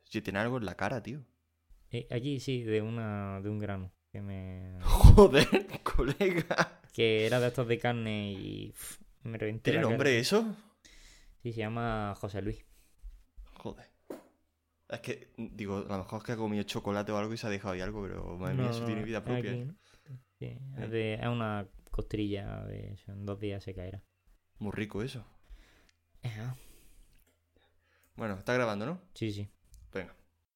Si tiene algo en la cara, tío. Aquí sí, de un grano. Joder, colega. Que era de estos de carne y me reventé ¿Tiene la cara. nombre eso? Sí, se llama José Luis. Joder. Es que, digo, a lo mejor es que ha comido chocolate o algo y se ha dejado ahí algo, pero madre mía, eso tiene vida propia. Aquí, ¿no? Sí, es una costrilla de eso, en 2 días se caerá. Muy rico eso. Ajá. Bueno, está grabando, ¿no? Sí. Venga.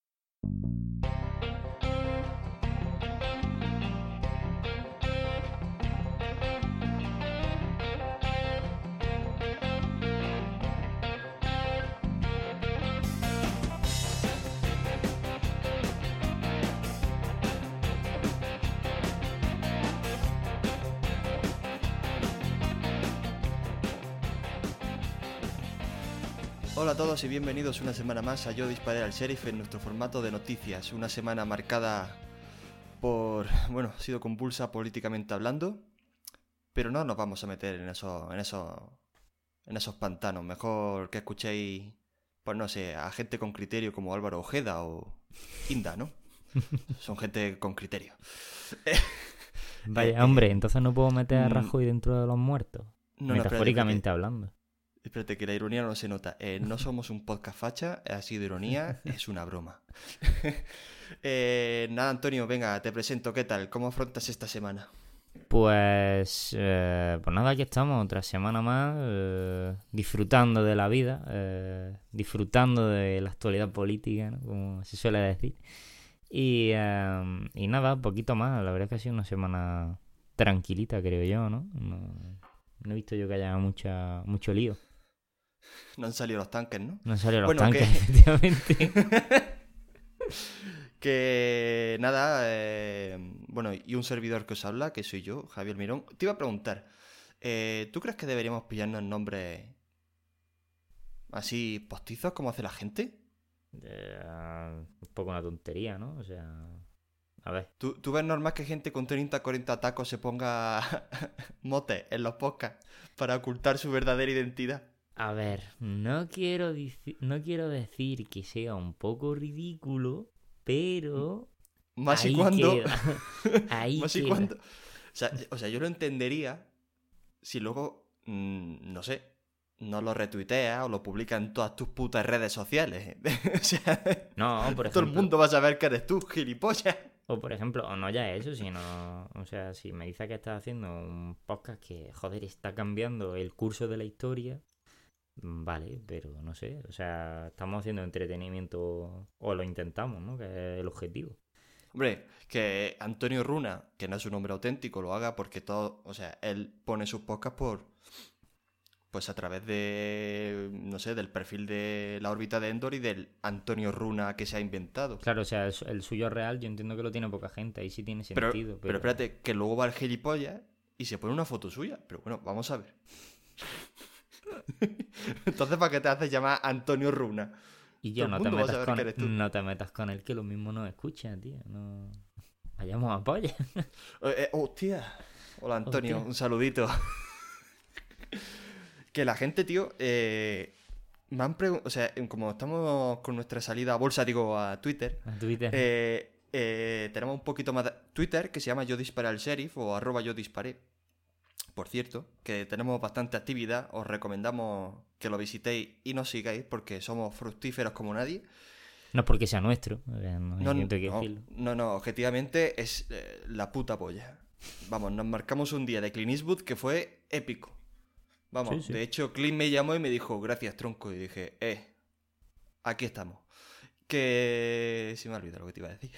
Hola a todos y bienvenidos una semana más a Yo disparé al sheriff en nuestro formato de noticias. Una semana marcada por, ha sido convulsa políticamente hablando, pero no nos vamos a meter en esos pantanos. Mejor que escuchéis, pues no sé, a gente con criterio como Álvaro Ojeda o Inda, ¿no? Son gente con criterio. Vaya, hombre, entonces no puedo meter a Rajoy dentro de los muertos. No, metafóricamente hablando. Espérate, que la ironía no se nota. No somos un podcast facha, ha sido ironía, es una broma. Nada, Antonio, venga, te presento, ¿qué tal? ¿Cómo afrontas esta semana? Pues nada, aquí estamos, otra semana más, disfrutando de la vida, disfrutando de la actualidad política, ¿no? Como se suele decir. Y nada, poquito más, la verdad es que ha sido una semana tranquilita, creo yo, ¿no? No he visto yo que haya mucho lío. No han salido los tanques, ¿no? No han salido los tanques, efectivamente. Que nada, y un servidor que os habla, que soy yo, Javier Mirón. Te iba a preguntar, ¿tú crees que deberíamos pillarnos nombres así postizos como hace la gente? Un poco una tontería, ¿no? O sea, a ver. ¿Tú ves normal que gente con 30-40 tacos se ponga motes en los podcasts para ocultar su verdadera identidad? A ver, no quiero decir que sea un poco ridículo, pero... Más ahí y cuando... queda. Ahí más queda. y cuando... O sea, yo lo entendería si luego, no sé, no lo retuiteas o lo publicas en todas tus putas redes sociales. O sea, no, por ejemplo, todo el mundo va a saber que eres tú, gilipollas. O por ejemplo, o no ya eso, sino... O sea, si me dices que estás haciendo un podcast que, joder, está cambiando el curso de la historia... Vale, pero no sé, o sea, estamos haciendo entretenimiento o lo intentamos, ¿no? Que es el objetivo. Hombre, que Antonio Runa, que no es su nombre auténtico, lo haga porque todo, o sea, él pone sus podcasts pues a través de, no sé, del perfil de la órbita de Endor y del Antonio Runa que se ha inventado. Claro, o sea, el suyo real yo entiendo que lo tiene poca gente, ahí sí tiene sentido. Pero espérate, que luego va el gilipollas y se pone una foto suya, pero bueno, vamos a ver. Entonces, ¿para qué te haces llamar Antonio Runa? Y yo no te metas con él, que lo mismo no escucha, tío. No vayamos a polla. Hostia. Hola, Antonio, un saludito. Que la gente, tío, me han preguntado, o sea, como estamos con nuestra salida a bolsa, digo, a Twitter. A Twitter. Tenemos un poquito más de Twitter, que se llama Yo disparé al sheriff o @yodisparé. Por cierto, que tenemos bastante actividad, os recomendamos que lo visitéis y nos sigáis porque somos fructíferos como nadie. No es porque sea nuestro, no, objetivamente es la puta polla. Vamos, nos marcamos un día de Clint Eastwood que fue épico. Vamos, sí. De hecho Clint me llamó y me dijo, gracias tronco, y dije, aquí estamos. Que... se me ha olvidado lo que te iba a decir.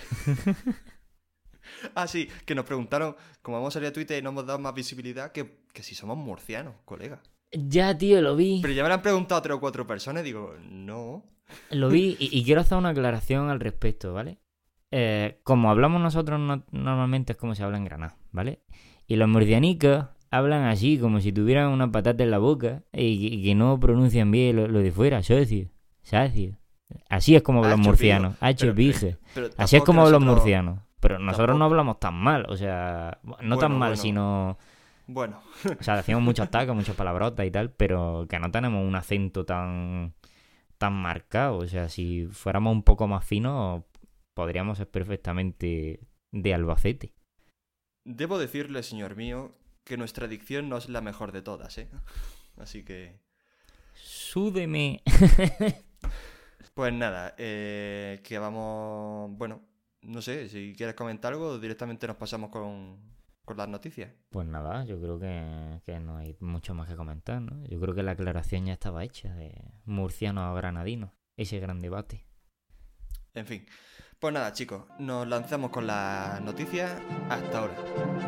Ah, sí, que nos preguntaron, como vamos a salir a Twitter y no hemos dado más visibilidad, que si somos murcianos, colega. Ya, tío, lo vi. Pero ya me lo han preguntado 3 o 4 personas y digo, no. Lo vi y quiero hacer una aclaración al respecto, ¿vale? Como hablamos nosotros normalmente es como se habla en Granada, ¿vale? Y los murcianicos hablan así, como si tuvieran una patata en la boca y que no pronuncian bien lo de fuera, socio. Así es como hablan los murcianos. Así es como hablan los murcianos. Pero nosotros tampoco no hablamos tan mal, o sea, no tan mal, sino... Bueno. O sea, decimos muchos tacos, muchas palabrotas y tal, pero que no tenemos un acento tan tan marcado. O sea, si fuéramos un poco más finos, podríamos ser perfectamente de Albacete. Debo decirle, señor mío, que nuestra dicción no es la mejor de todas, ¿eh? Así que... Súdeme. Pues nada, que vamos... Bueno, no sé, si quieres comentar algo, directamente nos pasamos con las noticias. Pues nada, yo creo que no hay mucho más que comentar, ¿no? Yo creo que la aclaración ya estaba hecha de murcianos a granadinos, ese gran debate. En fin, pues nada, chicos, nos lanzamos con las noticias hasta ahora.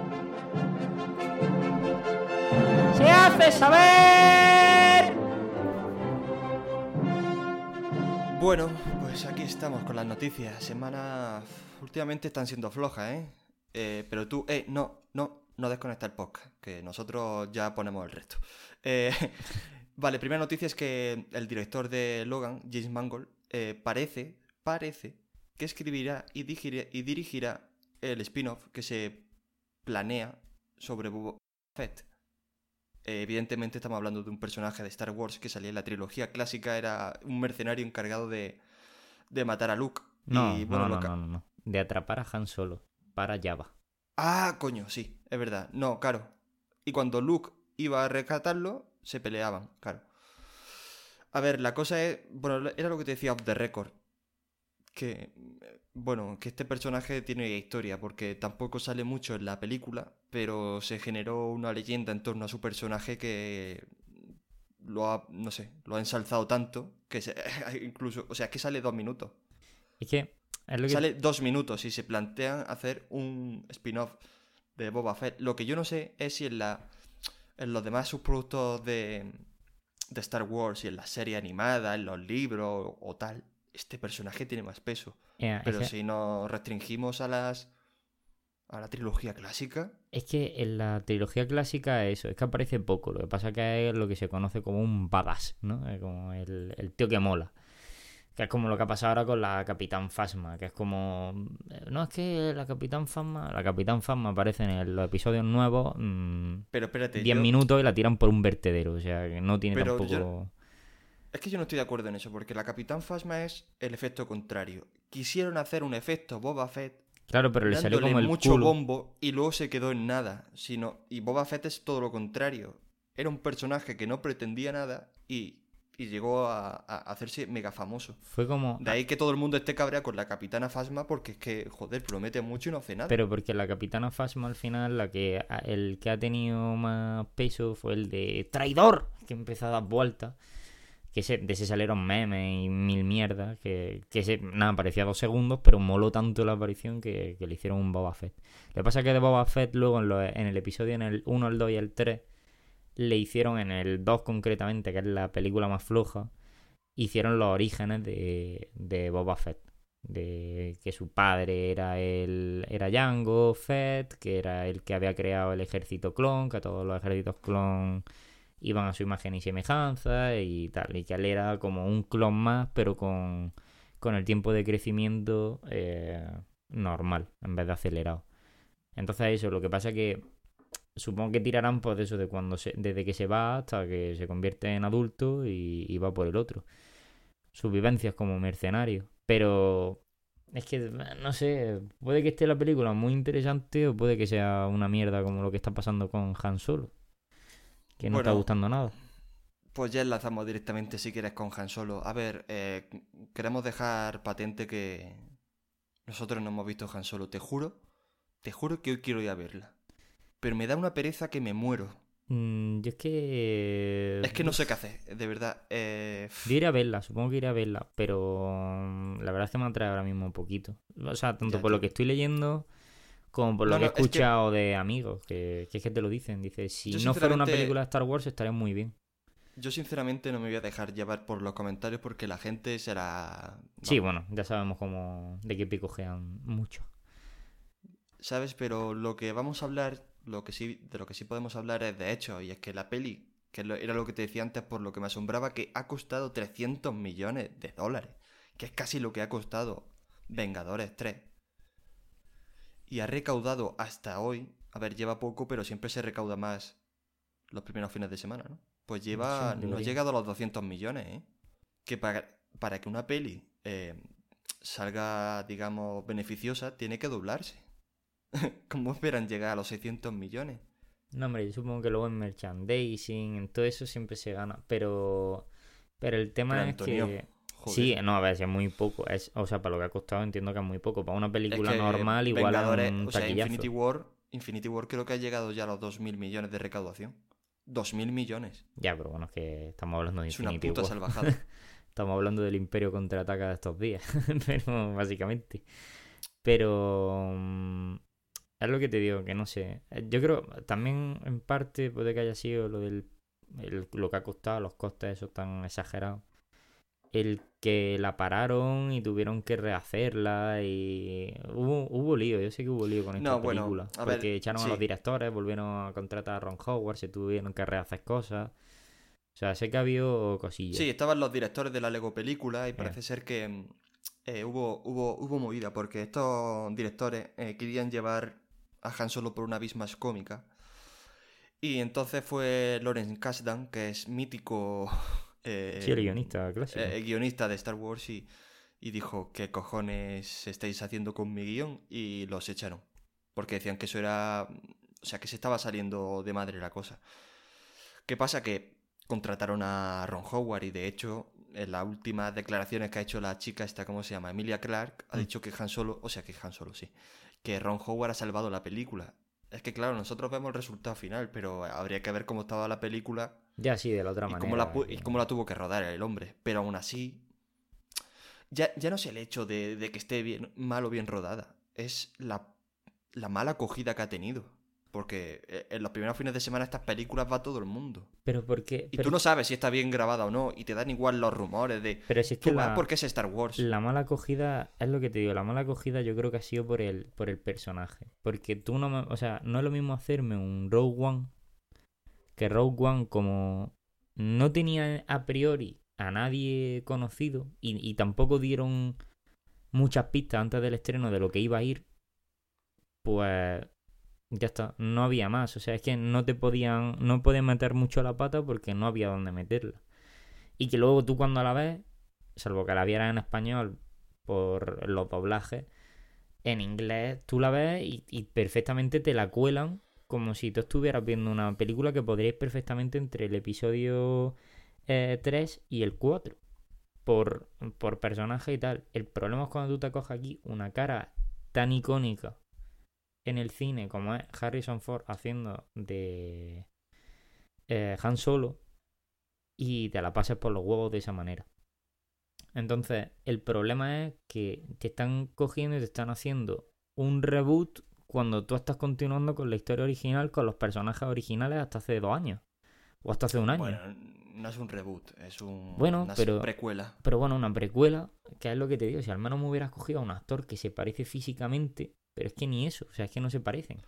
¡Se hace saber! Bueno, pues aquí estamos con las noticias. Semana... Últimamente están siendo flojas, pero tú... no desconecta el podcast, que nosotros ya ponemos el resto. Vale, primera noticia es que el director de Logan, James Mangold, parece que escribirá y dirigirá el spin-off que se planea sobre Boba Fett. Evidentemente estamos hablando de un personaje de Star Wars que salía en la trilogía clásica, era un mercenario encargado de matar a Luke. No, y, bueno, no. De atrapar a Han Solo para Jabba. Ah, coño, sí, es verdad. No, claro. Y cuando Luke iba a rescatarlo, se peleaban, claro. A ver, la cosa es... Bueno, era lo que te decía off the record. Que, bueno, que este personaje tiene historia, porque tampoco sale mucho en la película, pero se generó una leyenda en torno a su personaje que no sé, lo ha ensalzado tanto, que incluso, o sea, es que sale 2 minutos. Es que... Sale 2 minutos y se plantean hacer un spin-off de Boba Fett. Lo que yo no sé es si en los demás subproductos de Star Wars y en la serie animada, en los libros o tal, este personaje tiene más peso. Pero si nos restringimos a la trilogía clásica... Es que en la trilogía clásica es que aparece poco. Lo que pasa es que es lo que se conoce como un badass, ¿no? Es como el tío que mola. Que es como lo que ha pasado ahora con la Capitán Phasma, que es como... No, es que la Capitán Phasma aparece en los episodios nuevos pero espérate, 10 minutos y la tiran por un vertedero, o sea, que no tiene tampoco... Es que yo no estoy de acuerdo en eso, porque la Capitán Phasma es el efecto contrario. Quisieron hacer un efecto Boba Fett... Claro, pero le salió como el mucho culo. bombo y luego se quedó en nada. Y Boba Fett es todo lo contrario. Era un personaje que no pretendía nada y llegó a hacerse mega famoso. Fue como... De ahí que todo el mundo esté cabreado con la Capitana Phasma porque es que, joder, promete mucho y no hace nada. Pero porque la Capitana Phasma al final, el que ha tenido más peso fue el de traidor, que empezó a dar vueltas. De ese salieron memes y mil mierdas. Nada, parecía 2 segundos, pero moló tanto la aparición que le hicieron un Boba Fett. Lo que pasa es que de Boba Fett luego en el episodio, en el 1, el 2 y el 3, le hicieron en el 2 concretamente, que es la película más floja, hicieron los orígenes de Boba Fett. De que su padre era Jango Fett, que era el que había creado el ejército clon, que todos los ejércitos clon iban a su imagen y semejanza y tal, y que él era como un clon más, pero con el tiempo de crecimiento normal, en vez de acelerado. Entonces eso, lo que pasa es que supongo que tirarán pues de eso, desde que se va hasta que se convierte en adulto y va por el otro. Sus vivencias como mercenario. Pero es que, no sé, puede que esté la película muy interesante o puede que sea una mierda como lo que está pasando con Han Solo. Que no está gustando nada. Pues ya enlazamos directamente, si quieres, con Han Solo. A ver, queremos dejar patente que nosotros no hemos visto Han Solo. Te juro que hoy quiero ir a verla. Pero me da una pereza que me muero. Yo es que... Es que no sé qué hacer, de verdad. Yo iré a verla, supongo que iré a verla, pero la verdad es que me atrae ahora mismo un poquito. O sea, tanto por lo que estoy leyendo como por lo que he escuchado de amigos, que es que te lo dicen. Dice, si no fuera una película de Star Wars estaría muy bien. Yo sinceramente no me voy a dejar llevar por los comentarios porque la gente será... No. Sí, bueno, ya sabemos de qué picojean mucho. ¿Sabes? Pero lo que vamos a hablar, de lo que sí podemos hablar es de hecho, y es que la peli, que era lo que te decía antes por lo que me asombraba, que ha costado 300 millones de dólares, que es casi lo que ha costado Vengadores 3. Y ha recaudado hasta hoy, a ver, lleva poco, pero siempre se recauda más los primeros fines de semana, ¿no? Pues no ha llegado a los 200 millones, ¿eh? Que para para que una peli salga, digamos, beneficiosa, tiene que doblarse. ¿Cómo esperan llegar a los 600 millones? No, hombre, yo supongo que luego en merchandising, en todo eso siempre se gana. Pero el Pero tema es Antonio, que... Sí, joder. no, a ver, si es muy poco. O sea, para lo que ha costado entiendo que es muy poco. Para una Es película que normal igual es Vengadores, un o sea, taquillazo. Infinity War creo que ha llegado ya a los 2.000 millones de recaudación. 2.000 millones. Ya, pero bueno, es que estamos hablando de Es una Infinity puta War. salvajada. Estamos hablando del Imperio Contraataca de estos días. Pero básicamente. Pero... es lo que te digo, que no sé. Yo creo, también en parte puede que haya sido lo del... lo que ha costado, los costes esos tan exagerados. El que la pararon y tuvieron que rehacerla y hubo lío, yo sé que hubo lío con esta No, bueno, película, a ver, porque echaron a los sí. directores, volvieron a contratar a Ron Howard, se tuvieron que rehacer cosas, o sea, sé que ha habido cosillas. Sí, estaban los directores de la Lego película y Eh, parece ser que hubo movida porque estos directores querían llevar a Han Solo por una vis más cómica. Y entonces fue Lawrence Kasdan, que es mítico sí, el eh, guionista clásico. guionista de Star Wars, y dijo, ¿qué cojones estáis haciendo con mi guión? Y los echaron. Porque decían que eso era... O sea, que se estaba saliendo de madre la cosa. ¿Qué pasa? Que contrataron a Ron Howard y de hecho en las últimas declaraciones que ha hecho la chica esta, ¿cómo se llama? Emilia Clarke, ha Mm. dicho que Han Solo, o sea que Han Solo sí, que Ron Howard ha salvado la película. Es que claro, nosotros vemos el resultado final, pero habría que ver cómo estaba la película Ya sí, de la otra y manera. y cómo la tuvo que rodar el hombre. Pero aún así, ya no es el hecho de que esté bien, mal o bien rodada, es la mala acogida que ha tenido. Porque en los primeros fines de semana estas películas va todo el mundo. Pero porque, Y tú no sabes si está bien grabada o no, y te dan igual los rumores de... pero si es que Tú vas porque es Star Wars. la mala acogida, es lo que te digo, la mala acogida yo creo que ha sido por el personaje. Porque tú no me, o sea, no es lo mismo hacerme un Rogue One, que Rogue One como no tenía a priori a nadie conocido y tampoco dieron muchas pistas antes del estreno de lo que iba a ir, pues ya está, no había más. O sea, es que no podían meter mucho la pata porque no había dónde meterla. Y que luego tú cuando la ves, salvo que la vieras en español por los doblajes, en inglés tú la ves y perfectamente te la cuelan como si tú estuvieras viendo una película que podríais perfectamente entre el episodio 3 y el 4 por personaje y tal. El problema es cuando tú te coges aquí una cara tan icónica en el cine como es Harrison Ford haciendo de Han Solo y te la pases por los huevos de esa manera. Entonces, el problema es que te están cogiendo y te están haciendo un reboot cuando tú estás continuando con la historia original, con los personajes originales hasta hace 2 años. O hasta hace un Bueno, año. no es un reboot, es Bueno, una precuela. pero bueno, una precuela, que es lo que te digo. Si al menos me hubieras cogido a un actor que se parece físicamente, pero es que ni eso, o sea, es que no se parecen.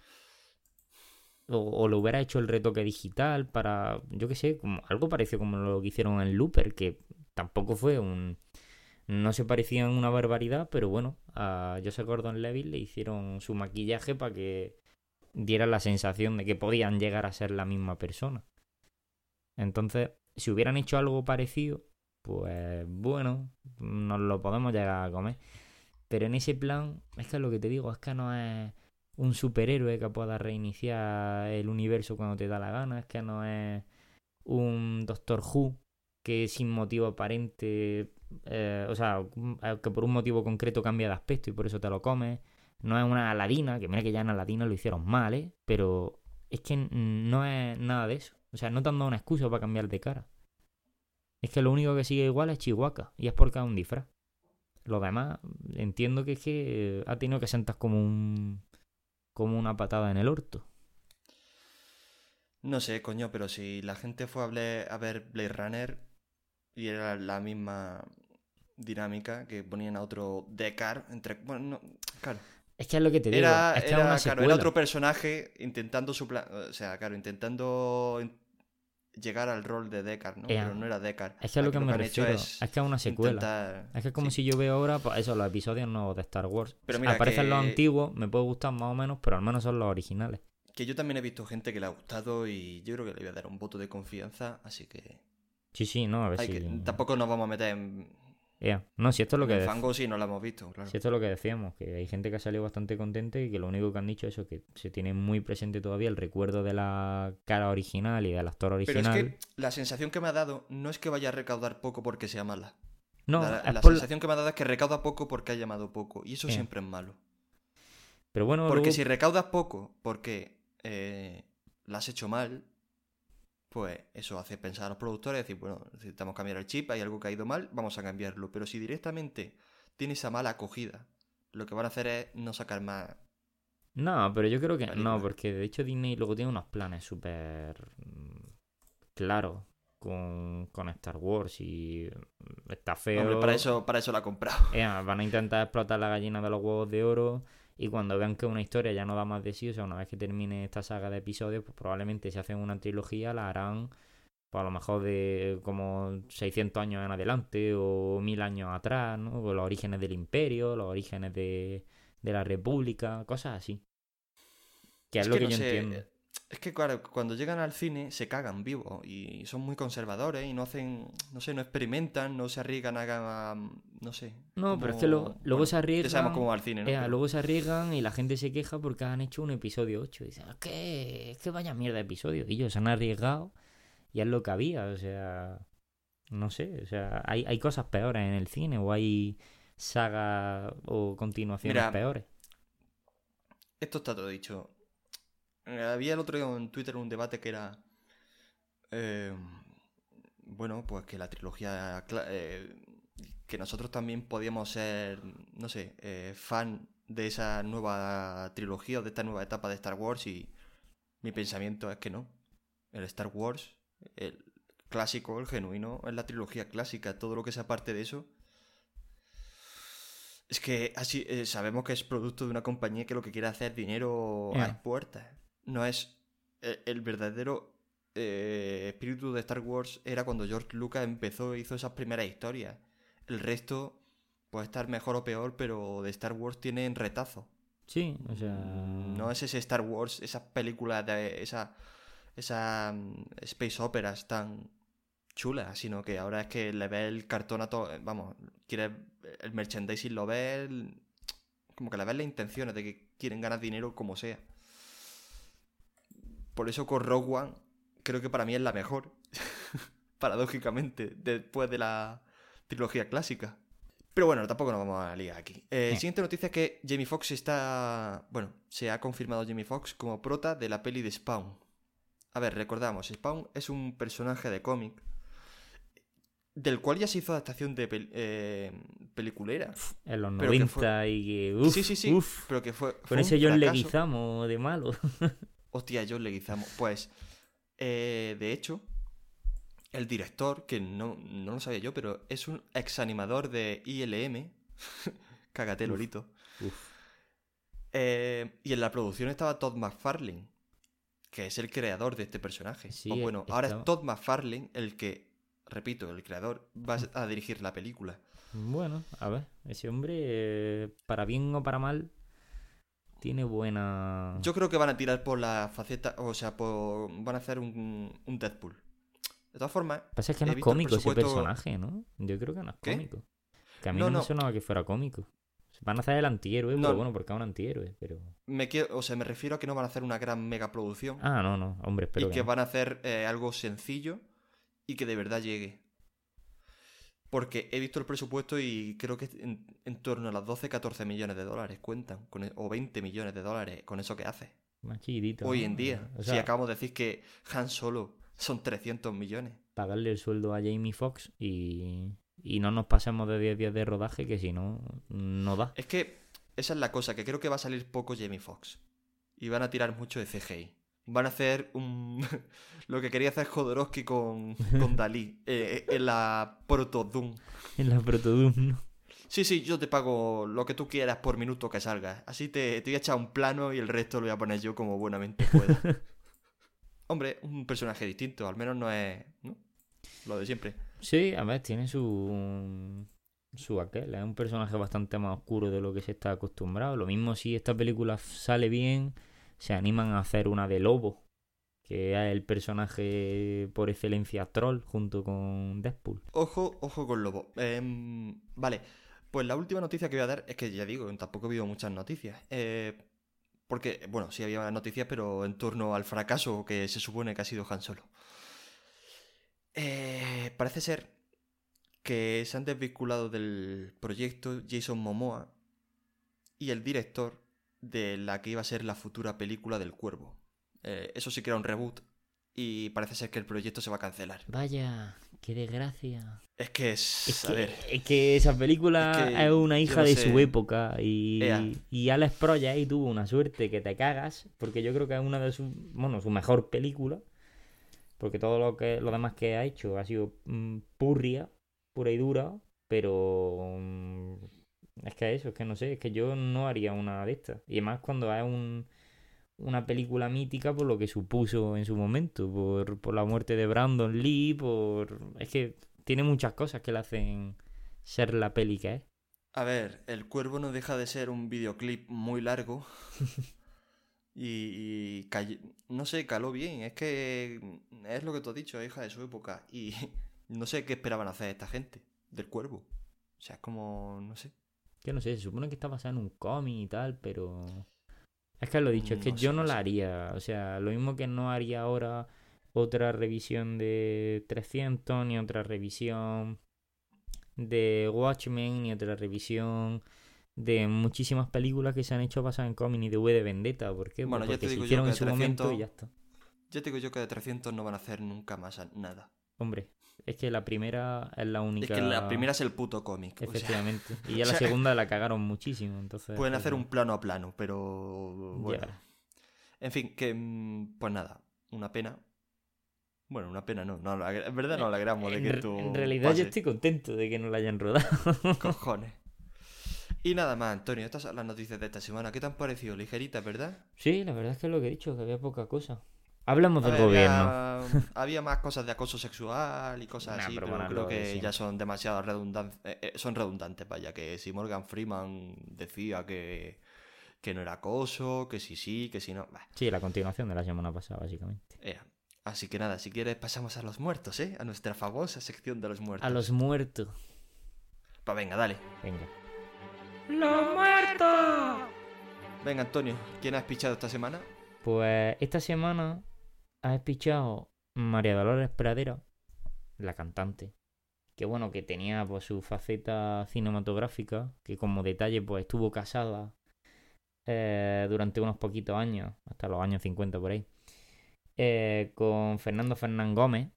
O le hubiera hecho el retoque digital para, yo qué sé, como algo parecido como lo que hicieron en Looper, que tampoco fue un... No se parecían una barbaridad, pero bueno, a Joseph Gordon-Levitt le hicieron su maquillaje para que diera la sensación de que podían llegar a ser la misma persona. Entonces, si hubieran hecho algo parecido, pues bueno, nos lo podemos llegar a comer. Pero en ese plan, es que es lo que te digo, es que no es un superhéroe que pueda reiniciar el universo cuando te da la gana, es que no es un Doctor Who que sin motivo aparente, o sea, que por un motivo concreto cambia de aspecto y por eso te lo comes. No es una Aladina, que mira que ya en Aladina lo hicieron mal, ¿eh? Pero es que no es nada de eso. O sea, no te han dado una excusa para cambiar de cara. Es que lo único que sigue igual es Chihuahua y es porque es un disfraz. Lo demás, entiendo que es que ha tenido que sentar como una patada en el orto. No sé, coño, pero si la gente fue a ver Blade Runner y era la misma dinámica, que ponían a otro Deckard, bueno, no, claro. Es que es lo que te digo, es que es una Claro, era secuela. otro personaje intentando o sea, claro, intentando llegar al rol de Deckard, ¿no? Eh, Pero no era Deckard. Es que a lo Aquí que lo me que han hecho refiero es es que es una secuela. intentar... Es que es como Sí. si yo veo ahora, pues eso, los episodios nuevos de Star Wars. Pero mira, Aparecen los antiguos, me puede gustar más o menos, pero al menos son los originales. que yo también he visto gente que le ha gustado y yo creo que le voy a dar un voto de confianza, así que... Sí, sí, no, a ver si... Tampoco nos vamos a meter No, si esto es lo En que el fango sí no la hemos visto, claro. si esto es lo que decíamos, que hay gente que ha salido bastante contenta y que lo único que han dicho es eso, que se tiene muy presente todavía el recuerdo de la cara original y del actor Pero es original. que la sensación que me ha dado no es que vaya a recaudar poco porque sea mala. No, es La por sensación que me ha dado es que recauda poco porque ha llamado poco. Y eso Eh. siempre es malo. Pero bueno, Porque luego... si recaudas poco porque la has hecho mal, pues eso hace pensar a los productores, decir, bueno, necesitamos cambiar el chip, hay algo que ha ido mal, vamos a cambiarlo. Pero si directamente tiene esa mala acogida, lo que van a hacer es no sacar más. No, pero yo creo que no, películas. porque de hecho Disney luego tiene unos planes súper claros con Star Wars y está feo. Hombre, para eso la he comprado. Van a intentar explotar la gallina de los huevos de oro y cuando vean que una historia ya no da más de sí, o sea, una vez que termine esta saga de episodios, pues probablemente si hacen una trilogía la harán pues a lo mejor de como 600 años en adelante o 1000 años atrás, ¿no? Con los orígenes del imperio, los orígenes de la república, cosas así. Que es lo que no yo sé. entiendo. Es que claro, cuando llegan al cine se cagan vivos y son muy conservadores y no hacen, no sé, no experimentan, no se arriesgan a, no sé. No, pero es que como- luego bueno, se ya sabemos arriesgan. cómo va al cine, ¿no? Pero- Luego se arriesgan y la gente se queja porque han hecho un episodio 8. Y dicen, es que vaya mierda de episodio. Y ellos se han arriesgado y es lo que había. O sea, no sé. O sea, hay cosas peores en el cine o hay sagas o continuaciones Mira, peores. esto está todo dicho. Había el otro día en Twitter un debate que era, eh, bueno, pues que la trilogía, que nosotros también podíamos ser, no sé, fan de esa nueva trilogía o de esta nueva etapa de Star Wars y mi pensamiento es que no. El Star Wars, el clásico, el genuino, es la trilogía clásica. Todo lo que sea parte de eso. Es que así sabemos que es producto de una compañía que lo que quiere hacer es dinero a expuertas. No es el verdadero espíritu de Star Wars era cuando George Lucas empezó e hizo esas primeras historias. El resto puede estar mejor o peor, pero de Star Wars tienen retazo. Sí, o sea... No es ese Star Wars, esas películas de esas space operas tan chulas, sino que ahora es que le ves el cartón a todo, vamos, quieres el merchandising, lo ves, como que le ves las intenciones de que quieren ganar dinero como sea. Por eso con Rogue One creo que para mí es la mejor, paradójicamente, después de la trilogía clásica. Pero bueno, tampoco nos vamos a liar aquí. Siguiente noticia es que Jamie Foxx está... Bueno, se ha confirmado Jamie Foxx como prota de la peli de Spawn. A ver, recordamos, Spawn es un personaje de cómic del cual ya se hizo adaptación de peliculera. En los Pero que 90 fue- y que... Uf, sí, uf. pero que fue Con un ese John fracaso. Leguizamo de malo. Hostia, John Leguizamo. Pues, de hecho, el director, que no lo sabía yo, pero es un ex animador de ILM. Cágate, Lolito. Uf. Y en la producción estaba Todd McFarlane, que es el creador de este personaje. Sí, O bueno, ahora estaba- es Todd McFarlane el que, repito, el creador, va a dirigir la película. Bueno, a ver, ese hombre, para bien o para mal, tiene buena... Yo creo que van a tirar por la faceta, o sea, van a hacer un Deadpool. De todas formas, Pasa es que no he es visto el cómico ese presupuesto- personaje, ¿no? Yo creo que no es ¿Qué? cómico. Que a mí No, no, no. me sonaba que fuera cómico. Van a hacer el antihéroe, No. pero bueno, porque es un antihéroe, pero... o sea, me refiero a que no van a hacer una gran mega producción Ah, no, hombre, espero y que que no. van a hacer algo sencillo y que de verdad llegue. Porque he visto el presupuesto y creo que en torno a los 12-14 millones de dólares cuentan, o 20 millones de dólares con eso que hace. Más chiquitito, Hoy ¿no? en día, O si sea, acabamos de decir que Han Solo son 300 millones. pagarle el sueldo a Jamie Foxx y no nos pasemos de 10 días de rodaje, que si no, no da. Es que esa es la cosa, que creo que va a salir poco Jamie Foxx. Y van a tirar mucho de CGI. Van a hacer un... lo que quería hacer Jodorowsky con Dalí en la Proto Doom. En la Protodoom, ¿no? Sí, yo te pago lo que tú quieras por minuto que salgas. Así te voy a echar un plano y el resto lo voy a poner yo como buenamente pueda. Hombre, un personaje distinto, al menos no es, ¿no?, lo de siempre. Sí, a ver, tiene su aquel. Es un personaje bastante más oscuro de lo que se está acostumbrado. Lo mismo si esta película sale bien, se animan a hacer una de Lobo, que es el personaje por excelencia troll junto con Deadpool. Ojo con Lobo. Vale, pues la última noticia que voy a dar es que ya digo, tampoco he habido muchas noticias. Porque, bueno, sí había noticias, pero en torno al fracaso que se supone que ha sido Han Solo. Parece ser que se han desvinculado del proyecto Jason Momoa y el director de la que iba a ser la futura película del Cuervo. Eso sí que era un reboot y parece ser que el proyecto se va a cancelar. Vaya, qué desgracia. Es que a ver, Es que esa película es una hija no de sé. su época Ea. y Alex Proyas ahí tuvo una suerte que te cagas, porque yo creo que es una de sus, bueno, su mejor película, porque todo lo demás que ha hecho ha sido pura y dura, pero es que eso, es que no sé, es que yo no haría una de estas. Y además cuando es una película mítica por lo que supuso en su momento, por la muerte de Brandon Lee, es que tiene muchas cosas que le hacen ser la peli que es. A ver, El Cuervo no deja de ser un videoclip muy largo no sé, caló bien. Es que es lo que tú has dicho, es hija de su época. Y no sé qué esperaban hacer esta gente del Cuervo. O sea, es como, no sé. Que no sé, se supone que está basada en un cómic y tal, pero... Es que lo he dicho, es que No yo sé, no no la sé. haría. O sea, lo mismo que no haría ahora otra revisión de 300, ni otra revisión de Watchmen, ni otra revisión de muchísimas películas que se han hecho basadas en cómics y de V de Vendetta. ¿Por qué? Pues Bueno, ya porque te se digo yo hicieron que en de su momento y 300. ya está. Ya te digo yo que de 300 no van a hacer nunca más nada. Hombre, es que la primera es la Es que la única, primera es el puto cómic. O sea, efectivamente. Y o ya la sea, segunda la cagaron muchísimo, entonces pueden pues hacer un plano a plano, pero ya bueno. verás. En fin, que pues nada, una pena. Bueno, una pena no, en verdad nos alegramos de que En esto realidad yo pase. estoy contento de que no la hayan rodado. Cojones. Y nada más, Antonio, estas son las noticias de esta semana. ¿Qué te han parecido? Ligeritas, ¿verdad? Sí, la verdad es que es lo que he dicho, que había poca cosa. Hablamos A del ver, gobierno. había más cosas de acoso sexual y cosas Nah, así, pero pero bueno, creo lo de que ya siempre. son demasiado redundantes. Son redundantes, vaya, que si Morgan Freeman decía que no era acoso, que sí, que si no. Bah, Sí, la continuación de la semana pasada, básicamente. ea. Así que nada, si quieres pasamos a los muertos, ¿eh? A nuestra famosa sección de los A los muertos. muertos. Pues venga, dale. Venga. ¡Los muertos! Venga, Antonio, ¿quién has pichado esta semana? Pues esta semana ha espichado María Dolores Pradera, la cantante. Que bueno, que tenía pues su faceta cinematográfica, que como detalle pues estuvo casada durante unos poquitos años, hasta los años 50 por ahí, con Fernando Fernán Gómez.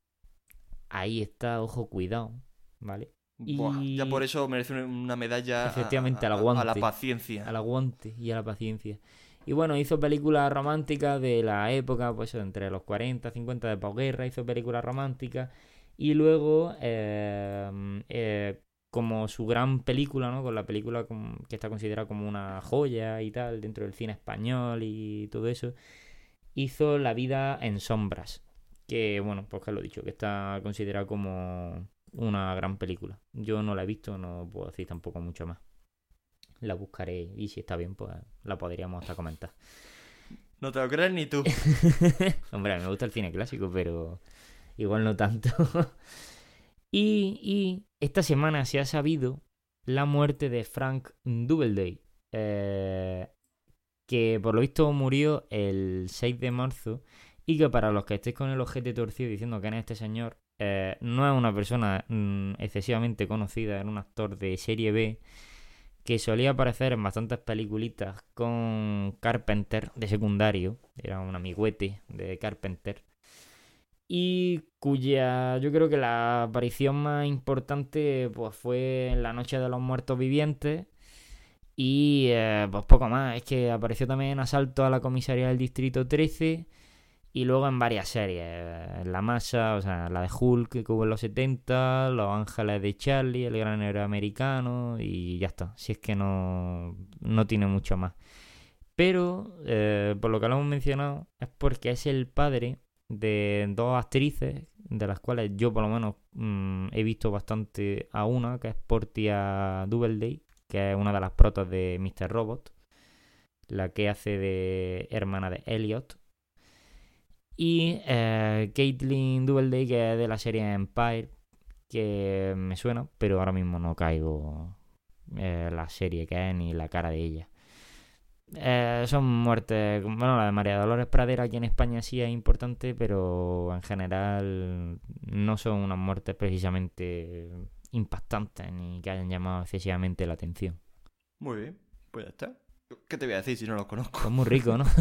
Ahí está, ojo, cuidado, ¿vale? Buah, ya por Y eso merece una medalla efectivamente al a la aguante, paciencia. al aguante y a la paciencia. Y bueno, hizo películas románticas de la época, pues entre los 40, 50 de posguerra, hizo películas románticas. Y luego, como su gran película, ¿no? Con la película que está considerada como una joya y tal, dentro del cine español y todo eso, hizo La vida en sombras. Que bueno, pues que lo he dicho, que está considerada como una gran película. Yo no la he visto, no puedo decir tampoco mucho más. La buscaré y si está bien, pues la podríamos hasta comentar. No te lo crees ni tú. Hombre, a mí me gusta el cine clásico, pero igual no tanto. y esta semana se ha sabido la muerte de Frank Doubleday, que por lo visto murió el 6 de marzo y que para los que estéis con el ojete torcido diciendo quién es este señor, no es una persona excesivamente conocida, era un actor de serie B que solía aparecer en bastantes peliculitas con Carpenter de secundario, era un amiguete de Carpenter, y cuya yo creo que la aparición más importante pues fue en La Noche de los Muertos Vivientes y pues poco más, es que apareció también en Asalto a la Comisaría del Distrito 13 y luego en varias series, en La Masa, o sea, la de Hulk que hubo en los 70, Los Ángeles de Charlie, El Gran Héroe Americano y ya está. Si es que no tiene mucho más. Pero, por lo que lo hemos mencionado, es porque es el padre de dos actrices, de las cuales yo por lo menos he visto bastante a una, que es Portia Doubleday, que es una de las protas de Mr. Robot, la que hace de hermana de Elliot. Y Caitlin Doubleday, que es de la serie Empire, que me suena, pero ahora mismo no caigo la serie que es ni la cara de ella. Son muertes, bueno, la de María Dolores Pradera aquí en España sí es importante, pero en general no son unas muertes precisamente impactantes ni que hayan llamado excesivamente la atención. Muy bien, pues ya está. ¿Qué te voy a decir si no los conozco? Son muy ricos, ¿no?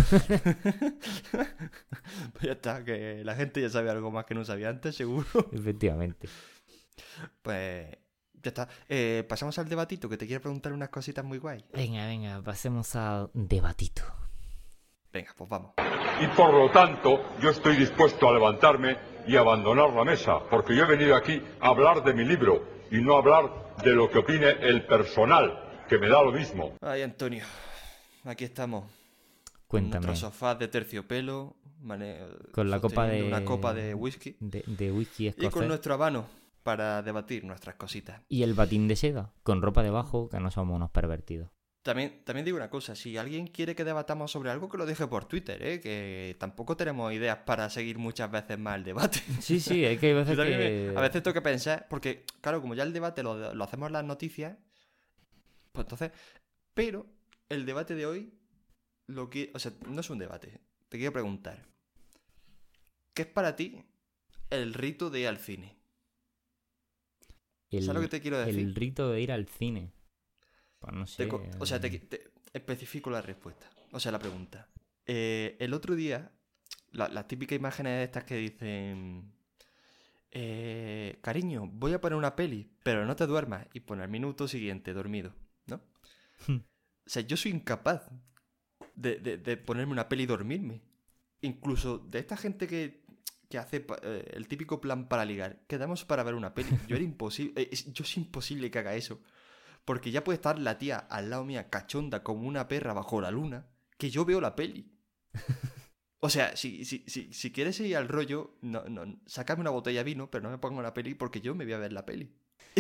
Pues ya está, que la gente ya sabe algo más que no sabía antes, seguro. Efectivamente. Pues ya está. Pasamos al debatito, que te quiero preguntar unas cositas muy guay. Venga, pasemos al debatito. Venga, pues vamos. Y por lo tanto, yo estoy dispuesto a levantarme y abandonar la mesa, porque yo he venido aquí a hablar de mi libro y no a hablar de lo que opine el personal, que me da lo mismo. Ay, Antonio, aquí estamos. Cuéntame. Nuestro sofá de terciopelo, con la copa de... una copa de whisky. De whisky escocés. Y con nuestro habano para debatir nuestras cositas. Y el batín de seda, con ropa debajo, que no somos unos pervertidos. También digo una cosa, si alguien quiere que debatamos sobre algo, que lo deje por Twitter, que tampoco tenemos ideas para seguir muchas veces más el debate. Sí, es que hay veces que... A veces tengo que pensar, porque claro, como ya el debate lo hacemos en las noticias, pues entonces... Pero el debate de hoy, o sea, no es un debate, te quiero preguntar, ¿qué es para ti el rito de ir al cine? ¿Sabes lo que te quiero decir? El rito de ir al cine. Pues no sé. Te especifico la respuesta. O sea, la pregunta. El otro día, las típicas imágenes estas que dicen... cariño, voy a poner una peli, pero no te duermas. Y pone al minuto siguiente, dormido, ¿no? O sea, yo soy incapaz de ponerme una peli y dormirme. Incluso de esta gente que hace el típico plan para ligar. Quedamos para ver una peli. Yo es imposible que haga eso. Porque ya puede estar la tía al lado mía cachonda como una perra bajo la luna, que yo veo la peli. O sea, si quieres ir al rollo, no, sácame una botella de vino, pero no me pongo la peli porque yo me voy a ver la peli.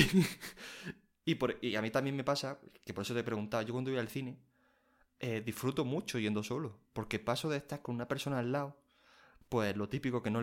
Y a mí también me pasa, que por eso te he preguntado, yo cuando voy al cine, disfruto mucho yendo solo, porque paso de estar con una persona al lado, pues lo típico que no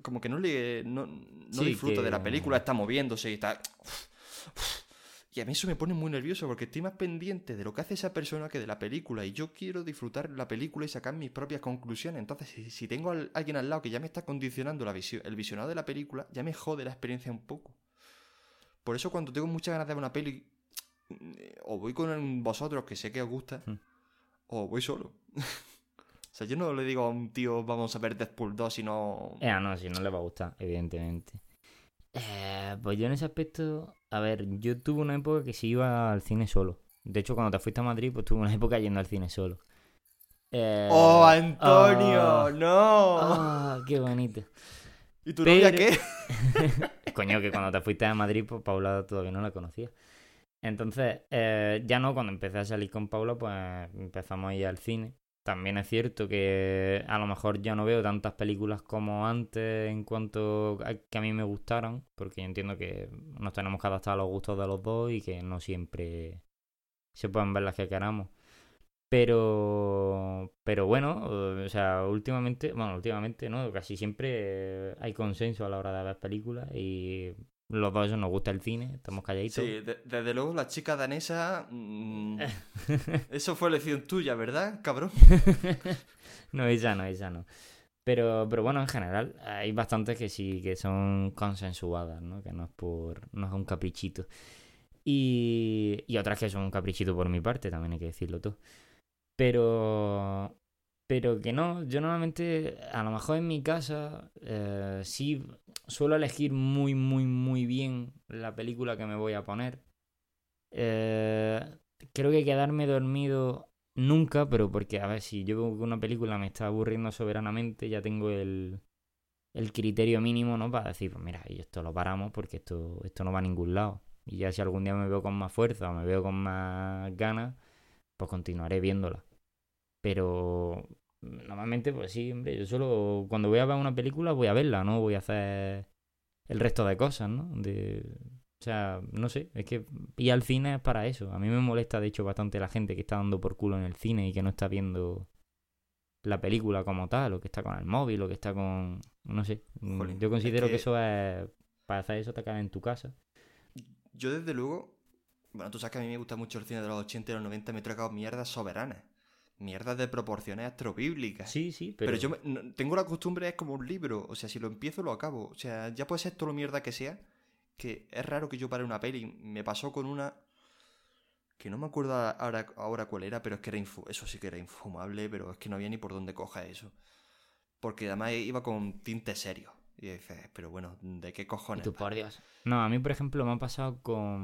disfruto de la película, está moviéndose y está... Y a mí eso me pone muy nervioso porque estoy más pendiente de lo que hace esa persona que de la película. Y yo quiero disfrutar la película y sacar mis propias conclusiones. Entonces, si tengo a alguien al lado que ya me está condicionando el visionado de la película, ya me jode la experiencia un poco. Por eso cuando tengo muchas ganas de ver una peli, o voy con vosotros, que sé que os gusta, o voy solo. O sea, yo no le digo a un tío, vamos a ver Deadpool 2, si no... No, si no le va a gustar, evidentemente. Pues yo en ese aspecto, a ver, yo tuve una época que sí iba al cine solo. De hecho, cuando te fuiste a Madrid, pues tuve una época yendo al cine solo. ¡Oh, Antonio! ¡No! ¡Qué bonito! ¿Y tu novia qué? Coño, que cuando te fuiste a Madrid, pues Paula todavía no la conocía. Entonces, ya no, cuando empecé a salir con Paula, pues empezamos a ir al cine. También es cierto que a lo mejor ya no veo tantas películas como antes en cuanto a que a mí me gustaran, porque yo entiendo que nos tenemos que adaptar a los gustos de los dos y que no siempre se pueden ver las que queramos. Pero bueno, o sea, últimamente no, casi siempre hay consenso a la hora de ver películas y los dos nos gusta el cine, estamos calladitos. Sí, desde luego la chica danesa... eso fue elección tuya, ¿verdad, cabrón? No, esa no. Pero bueno, en general hay bastantes que sí que son consensuadas, ¿no? Que no es un caprichito. Y otras que son un caprichito por mi parte, también hay que decirlo todo. Pero que no, yo normalmente, a lo mejor en mi casa, sí suelo elegir muy, muy, muy bien la película que me voy a poner. Creo que quedarme dormido nunca, pero porque, a ver, si yo veo que una película me está aburriendo soberanamente, ya tengo el criterio mínimo, ¿no? Para decir, pues mira, y esto lo paramos porque esto no va a ningún lado. Y ya si algún día me veo con más fuerza o me veo con más ganas, pues continuaré viéndola. Pero normalmente, pues sí, hombre, yo solo cuando voy a ver una película voy a verla, no voy a hacer el resto de cosas, ¿no? O sea, no sé, es que ir al cine es para eso. A mí me molesta, de hecho, bastante la gente que está dando por culo en el cine y que no está viendo la película como tal, o que está con el móvil, o que está con... No sé. Jolín, Yo considero es que eso es... Para hacer eso te quedas en tu casa. yo desde luego, bueno, tú sabes que a mí me gusta mucho el cine de los 80 y los 90, me he tragado mierdas soberanas. Mierdas de proporciones astrobíblicas. Sí, sí, Pero yo tengo la costumbre, es como un libro. O sea, si lo empiezo, lo acabo. O sea, ya puede ser todo lo mierda que sea. Que es raro que yo pare una peli. Me pasó con una... Que no me acuerdo ahora cuál era, pero es que era eso sí que era infumable, pero es que no había ni por dónde coja eso. Porque además iba con tintes serios. Y dices, pero bueno, ¿de qué Y cojones? tú, por Dios. No, a mí, por ejemplo, me ha pasado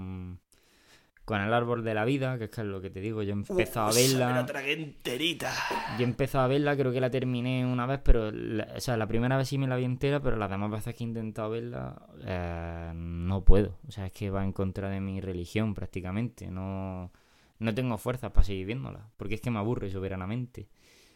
con El árbol de la vida, que es lo que te digo, yo he empezado a esa me la verla. tragué enterita. Yo he empezado a verla, creo que la terminé una vez, pero... O sea, la primera vez sí me la vi entera, pero las demás veces que he intentado verla, no puedo. O sea, es que va en contra de mi religión prácticamente. No tengo fuerzas para seguir viéndola, porque es que me aburre soberanamente.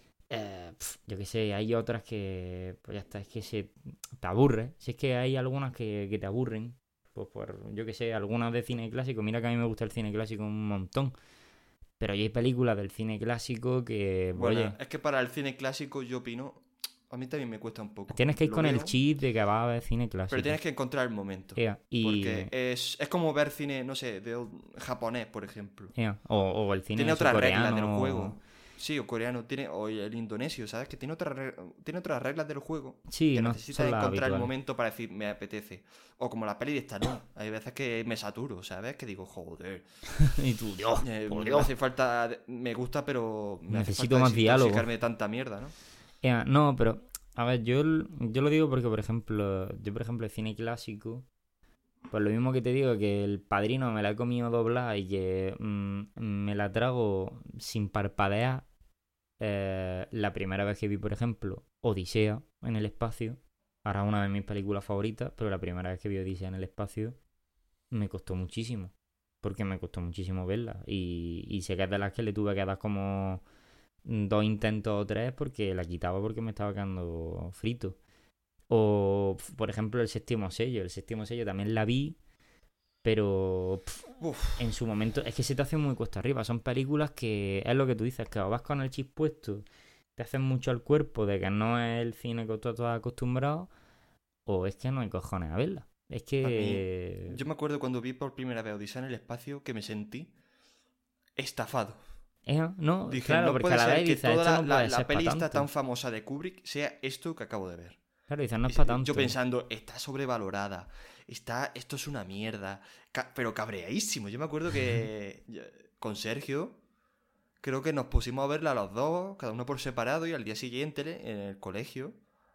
Yo qué sé, hay otras que... Pues ya está, es que te aburre. Si es que hay algunas que te aburren. Pues yo qué sé, algunas de cine clásico. Mira que a mí me gusta el cine clásico un montón. Pero hay películas del cine clásico que... Bueno, oye, es que para el cine clásico yo opino... A mí también me cuesta un poco. tienes que ir Lo con el veo, chip de que vas a ver cine clásico. pero tienes que encontrar el momento. Y... Porque es como ver cine, no sé, japonés, por ejemplo. O el cine Tiene eso, otras reglas coreano. del juego. Sí, o coreano, o el indonesio, ¿sabes? Que tiene otras reglas del juego. Sí, que no necesitas son las encontrar el habituales. momento para decir, me apetece. O como la peli de Stallone. Hay veces que me saturo, ¿sabes? Que digo, joder. Y tú, Dios, por Me Dios. hace falta... Me gusta, pero me hace Necesito falta más diálogo. desintoxicarme de tanta mierda, ¿no? No, pero... A ver, yo lo digo porque, por ejemplo, el cine clásico... Pues lo mismo que te digo, que El Padrino me la he comido doblada y que me la trago sin parpadear. La primera vez que vi, por ejemplo, Odisea en el espacio, ahora es una de mis películas favoritas, pero la primera vez que vi Odisea en el espacio me costó muchísimo, porque me costó muchísimo verla. Y sé que es de las que le tuve que dar como 2 intentos o 3 porque la quitaba porque me estaba quedando frito. O, por ejemplo, El Séptimo Sello. El Séptimo Sello también la vi, pero Uf. en su momento es que se te hace muy cuesta arriba. Son películas que es lo que tú dices, que o vas con el chip puesto, te hacen mucho al cuerpo de que no es el cine que tú estás acostumbrado, o es que no hay cojones a verla. Es A que... mí, yo me acuerdo cuando vi por primera vez Odisea en el espacio que me sentí estafado. No, Dije, claro, no porque puede a la ser vez que dices, toda esto no puede la ser peli para está tanto. tan famosa de Kubrick sea esto que acabo de ver. Claro, dices, no es Y para tanto. yo pensando, está sobrevalorada, esto es una mierda, pero cabreadísimo. Yo me acuerdo que con Sergio, creo que nos pusimos a verla los dos, cada uno por separado, y al día siguiente en el colegio,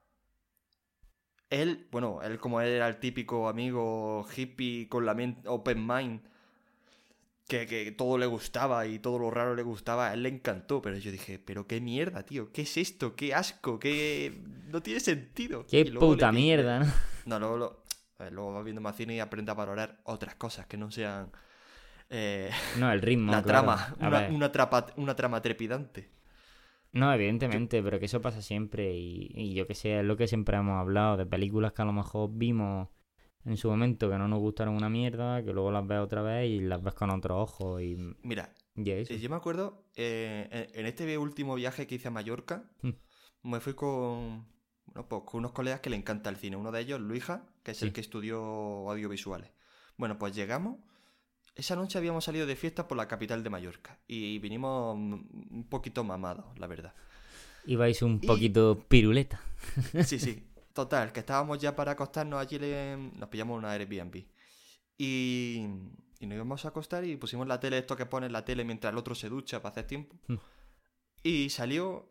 él como él era el típico amigo hippie con la mente open mind, que todo le gustaba y todo lo raro le gustaba, a él le encantó, pero yo dije, pero qué mierda, tío, ¿qué es esto? ¿Qué asco? ¿Qué... No tiene sentido. Qué Y luego puta mierda, ¿no? No, luego vas viendo más cine y aprendes a valorar otras cosas que no sean No, el ritmo, la claro. trama, A ver. una trama trepidante. No, evidentemente, pero que eso pasa siempre y yo que sé, es lo que siempre hemos hablado de películas que a lo mejor vimos en su momento que no nos gustaron una mierda, que luego las ves otra vez y las ves con otros ojos Mira, y eso. yo me acuerdo, en este último viaje que hice a Mallorca, Mm. me fui con unos colegas que le encanta el cine. Uno de ellos, Luija, que es Sí. el que estudió audiovisuales. Bueno, pues llegamos. Esa noche habíamos salido de fiesta por la capital de Mallorca y vinimos un poquito mamados, la verdad. Ibais un poquito piruleta. Sí. Total, que estábamos ya para acostarnos allí, nos pillamos una Airbnb. Y nos íbamos a acostar y pusimos la tele, esto que pone la tele mientras el otro se ducha para hacer tiempo. Mm. Y salió...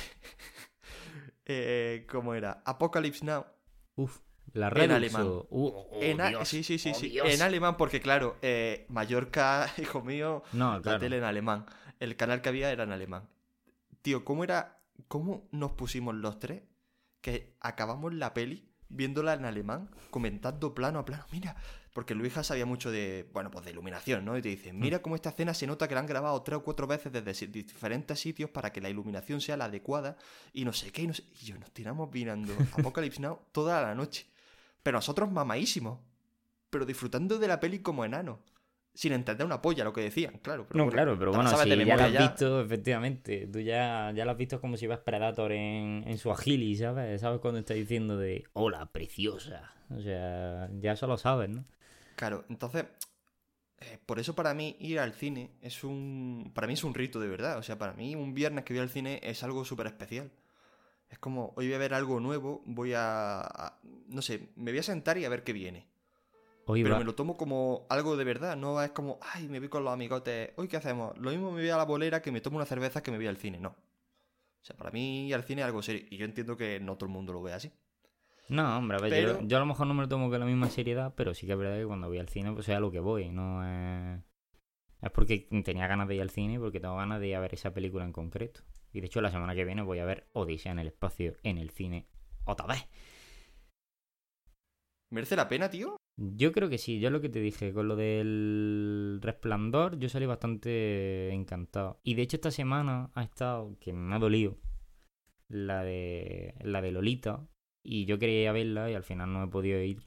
¿cómo era? Apocalypse Now. Uf, la En Redux. alemán. Dios, Sí. Dios. En alemán, porque claro, Mallorca, hijo mío, No, la claro. tele en alemán. El canal que había era en alemán. Tío, ¿cómo nos pusimos los tres? Que acabamos la peli viéndola en alemán, comentando plano a plano. Mira, porque Luija sabía mucho de, pues de iluminación, ¿no? Y te dice, mira cómo esta escena se nota que la han grabado 3 o 4 veces desde diferentes sitios para que la iluminación sea la adecuada y no sé qué, y no sé. Y yo nos tiramos mirando Apocalypse Now toda la noche. Pero nosotros mamaísimos. Pero disfrutando de la peli como enanos. sin entender una polla lo que decían, claro. Pero No, bueno, claro, pero te la bueno, sabes si de ya lo memoria has ya. visto, efectivamente. Tú ya lo has visto como si vas Predator en su agili, ¿sabes? ¿Sabes cuando está diciendo de hola, preciosa? O sea, ya eso lo sabes, ¿no? Claro, entonces, por eso para mí ir al cine para mí es un rito de verdad. O sea, para mí un viernes que voy al cine es algo súper especial. Es como, hoy voy a ver algo nuevo, no sé, me voy a sentar y a ver qué viene. Hoy Pero va. me lo tomo como algo de verdad, no es como, ay, me voy con los amigotes, hoy qué hacemos. Lo mismo me voy a la bolera que me tomo una cerveza que me voy al cine, no. O sea, para mí ir al cine es algo serio. Y yo entiendo que no todo el mundo lo ve así. No, hombre, a ver, Pero, yo a lo mejor no me lo tomo con la misma seriedad, pero sí que es verdad que cuando voy al cine, pues es a lo que voy, no es... Es porque tenía ganas de ir al cine y porque tengo ganas de ir a ver esa película en concreto. Y de hecho la semana que viene voy a ver Odisea en el espacio en el cine otra vez. ¿merece la pena, tío? Yo creo que sí, yo lo que te dije, con lo del Resplandor, yo salí bastante encantado. Y de hecho esta semana ha estado, que me ha dolido, la de Lolita. Y yo quería ir a verla y al final no he podido ir.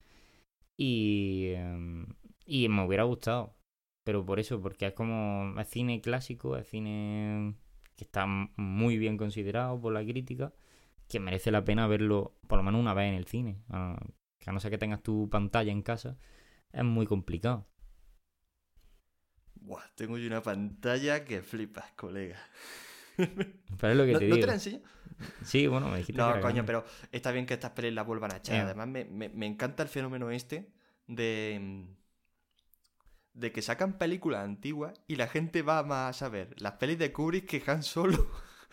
Y me hubiera gustado. Pero por eso, porque es como, es cine clásico, es cine que está muy bien considerado por la crítica, que merece la pena verlo por lo menos una vez en el cine. Que a no ser que tengas tu pantalla en casa, es muy complicado. Buah, tengo yo una pantalla que flipas, colega. Pero es lo que ¿No, te no te digo. la enseño? Sí, bueno, me dijiste que No, era coño, grande. pero está bien que estas pelis las vuelvan a echar. Eh, Además, me encanta el fenómeno este de que sacan películas antiguas y la gente va más a ver las pelis de Kubrick que Han Solo.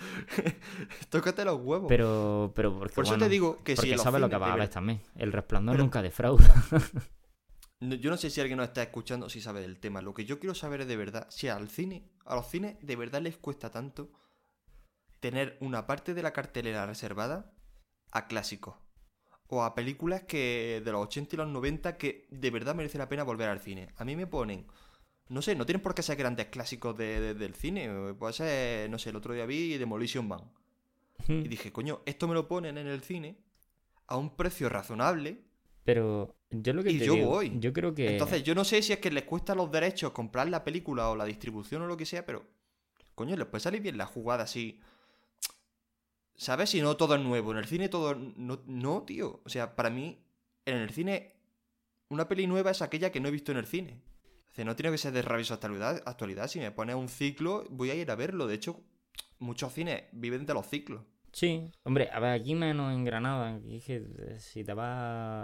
Tócate los huevos. pero porque, Por eso bueno, te digo que si porque en los sabes lo cines, que vas de a ver verdad. también. El Resplandor Pero nunca defrauda. yo no sé si alguien nos está escuchando o si sabe del tema. Lo que yo quiero saber es de verdad si a los cines de verdad les cuesta tanto tener una parte de la cartelera reservada a clásicos. O a películas que de los 80 y los 90 que de verdad merece la pena volver al cine. A mí me ponen... No sé, no tienen por qué ser grandes clásicos del cine. Puede ser, no sé, el otro día vi Demolition Man. Y dije, coño, esto me lo ponen en el cine a un precio razonable Pero yo lo que y te yo digo, voy. yo creo que... Entonces, yo no sé si es que les cuesta los derechos comprar la película o la distribución o lo que sea, pero, coño, les puede salir bien la jugada así. ¿Sabes? Si no todo es nuevo. En el cine todo... No, no, tío. O sea, para mí, en el cine, una peli nueva es aquella que no he visto en el cine. O sea, no tiene que ser de rabiosa actualidad. Si me pones un ciclo, voy a ir a verlo. De hecho, muchos cines viven de los ciclos. Sí, hombre, a ver, aquí menos en Granada, aquí es que si te vas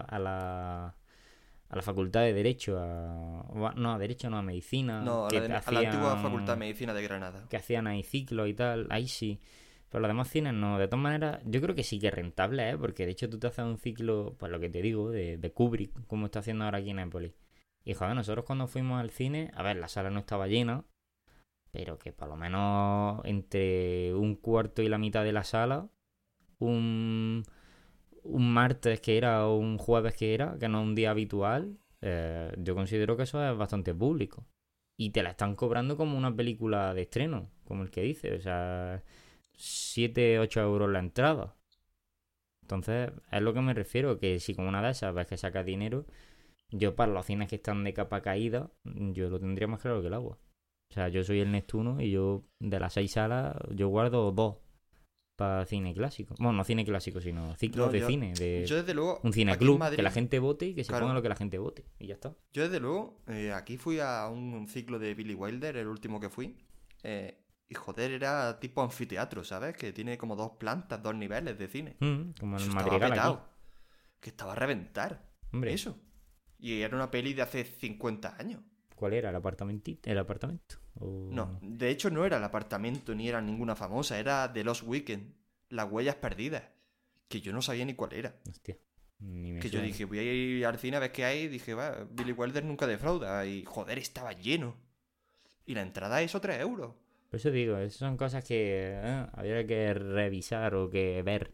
a la facultad de Derecho, no, a Derecho no, a Medicina, No, que a la antigua Facultad de Medicina de Granada. que hacían ahí ciclos y tal, ahí sí. Pero los demás cines no. De todas maneras, yo creo que sí que es rentable, ¿eh? Porque de hecho tú te haces un ciclo, pues lo que te digo, de Kubrick, como está haciendo ahora aquí en Nápoles. Y joder, nosotros cuando fuimos al cine, a ver, la sala no estaba llena, pero que por lo menos entre un cuarto y la mitad de la sala, un, un martes que era o un jueves que no un día habitual, yo considero que eso es bastante público. Y te la están cobrando como una película de estreno, como el que dice, o sea, 7 8 euros la entrada. Entonces, es lo que me refiero, que si como una de esas ves que saca dinero, yo para los cines que están de capa caída, yo lo tendría más claro que el agua. O sea, yo soy el Neptuno y yo de las 6 salas, yo guardo 2 para cine clásico. Bueno, no cine clásico, sino ciclos No, de cine, yo de desde luego, un cine aquí en club, Madrid, que la gente vote y que se claro, ponga lo que la gente vote. Y ya está. yo desde luego, aquí fui a un ciclo de Billy Wilder, el último que fui, y joder, era tipo anfiteatro, ¿sabes? Que tiene como 2 plantas, 2 niveles de cine. Como el Eso estaba Madrigal aquí. petado, que estaba a reventar. Hombre, Eso. Y era una peli de hace 50 años. ¿cuál era? ¿El apartamento? No, de hecho no era el apartamento ni era ninguna famosa, era The Lost Weekend, Las Huellas Perdidas, que yo no sabía ni cuál era. Hostia, ni me Que yo suena. dije, voy a ir al cine a ver qué hay, y dije, va, Billy Wilder nunca defrauda, y joder, estaba lleno. Y la entrada es 3 euros. Por eso digo, esas son cosas que habría que revisar o que ver.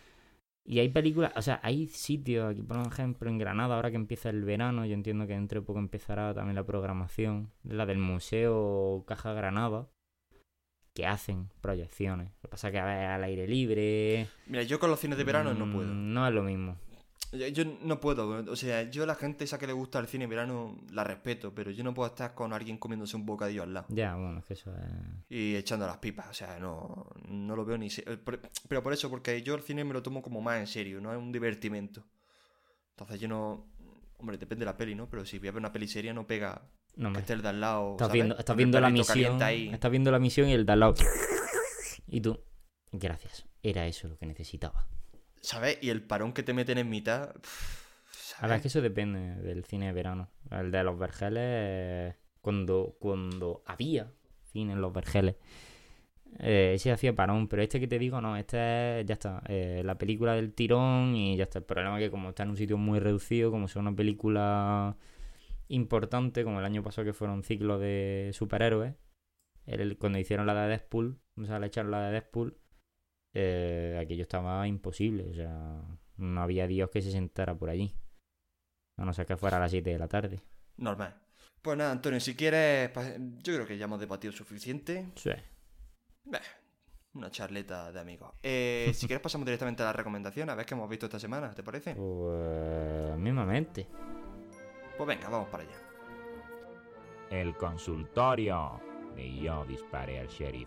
Y hay películas, o sea, hay sitios, aquí por ejemplo en Granada, ahora que empieza el verano, yo entiendo que dentro de poco empezará también la programación, la del Museo Caja Granada, que hacen proyecciones. Lo que pasa es que a ver, al aire libre... Mira, yo con los cines de verano no puedo. No es lo mismo. Yo no puedo, o sea, yo la gente esa que le gusta el cine en verano la respeto, pero yo no puedo estar con alguien comiéndose un bocadillo al lado Ya, bueno, es que eso es... y echando las pipas, o sea, no lo veo ni... Pero por eso, porque yo el cine me lo tomo como más en serio, no es un divertimento. Entonces yo no... Hombre, depende de la peli, ¿no? Pero si voy a ver una peli seria no pega No, que hombre. esté el de al lado, Estás ¿sabes? viendo, estás Con el viendo la perrito misión. caliente ahí. Estás viendo la misión y el de al lado. Y tú, gracias. Era eso lo que necesitaba. ¿Sabes? Y el parón que te meten en mitad... A ver, es que eso depende del cine de verano. El de los Vergeles, cuando había cine en los Vergeles, ese hacía parón. Pero este que te digo, no, este es, ya está, la película del tirón y ya está. El problema es que como está en un sitio muy reducido, como sea una película importante, como el año pasado que fueron ciclos de superhéroes, cuando hicieron la de Deadpool, o sea, le echaron la de Deadpool, aquello estaba imposible. O sea, no había Dios que se sentara por allí. A no ser que fuera a las 7 de la tarde. Normal. Pues nada, Antonio, si quieres... Yo creo que ya hemos debatido suficiente. Sí. Una charleta de amigos. Si quieres pasamos directamente a la recomendación, a ver qué hemos visto esta semana, ¿te parece? Pues... mismamente. Pues venga, vamos para allá. El consultorio de Yo disparé al sheriff.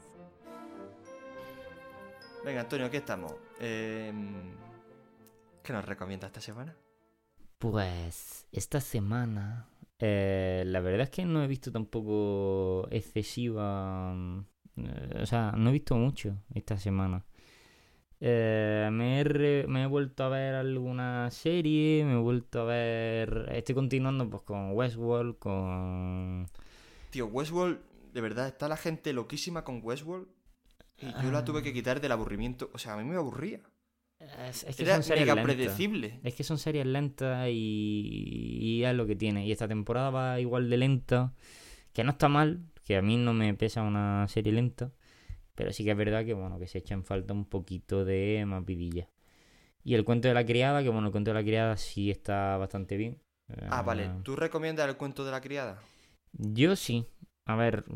Venga, Antonio, aquí estamos. ¿Qué nos recomiendas esta semana? Pues esta semana... la verdad es que no he visto tampoco excesiva... o sea, no he visto mucho esta semana. Me he vuelto a ver alguna serie, me he vuelto a ver... Estoy continuando pues con Westworld, con... Tío, Westworld, de verdad, está la gente loquísima con Westworld. Y yo la tuve que quitar del aburrimiento. O sea, a mí me aburría. Es que Era son series mega lentas. predecible. Es que son series lentas y es lo que tiene. Y esta temporada va igual de lenta, que no está mal, que a mí no me pesa una serie lenta, pero sí que es verdad que bueno, que se echa en falta un poquito de más vidilla. Y el cuento de la criada, que bueno, el cuento de la criada sí está bastante bien. Vale. ¿Tú recomiendas el cuento de la criada? Yo sí. A ver,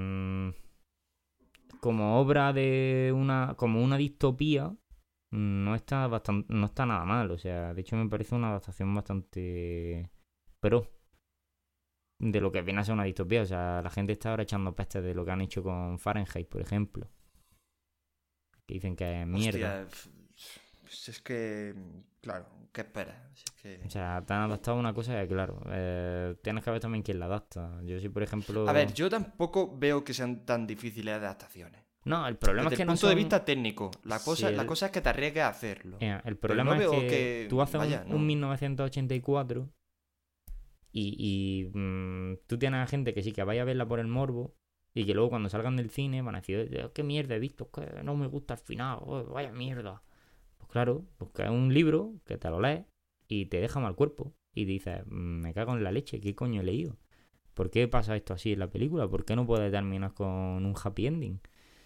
como obra de como una distopía, no está nada mal. O sea, de hecho me parece una adaptación bastante pro de lo que viene a ser una distopía. O sea, la gente está ahora echando pestes de lo que han hecho con Fahrenheit, por ejemplo, que dicen que es mierda. Hostia, pues es que... Claro, ¿qué esperas? Si es que... O sea, te han adaptado una cosa que, claro, tienes que ver también quién la adapta. Yo sí, por ejemplo... A ver, yo tampoco veo que sean tan difíciles de adaptaciones. No, el problema Desde es que el no punto son... de vista técnico, la cosa es que te arriesgues a hacerlo. El problema no es veo que, que- tú haces vaya, un no. 1984 y tú tienes a gente que sí que vaya a verla por el morbo y que luego cuando salgan del cine van a decir, qué mierda he visto, que no me gusta el final, vaya mierda. Pues claro, porque es un libro que te lo lees y te deja mal cuerpo y dices, me cago en la leche, ¿qué coño he leído? ¿Por qué pasa esto así en la película? ¿Por qué no puede terminar con un happy ending?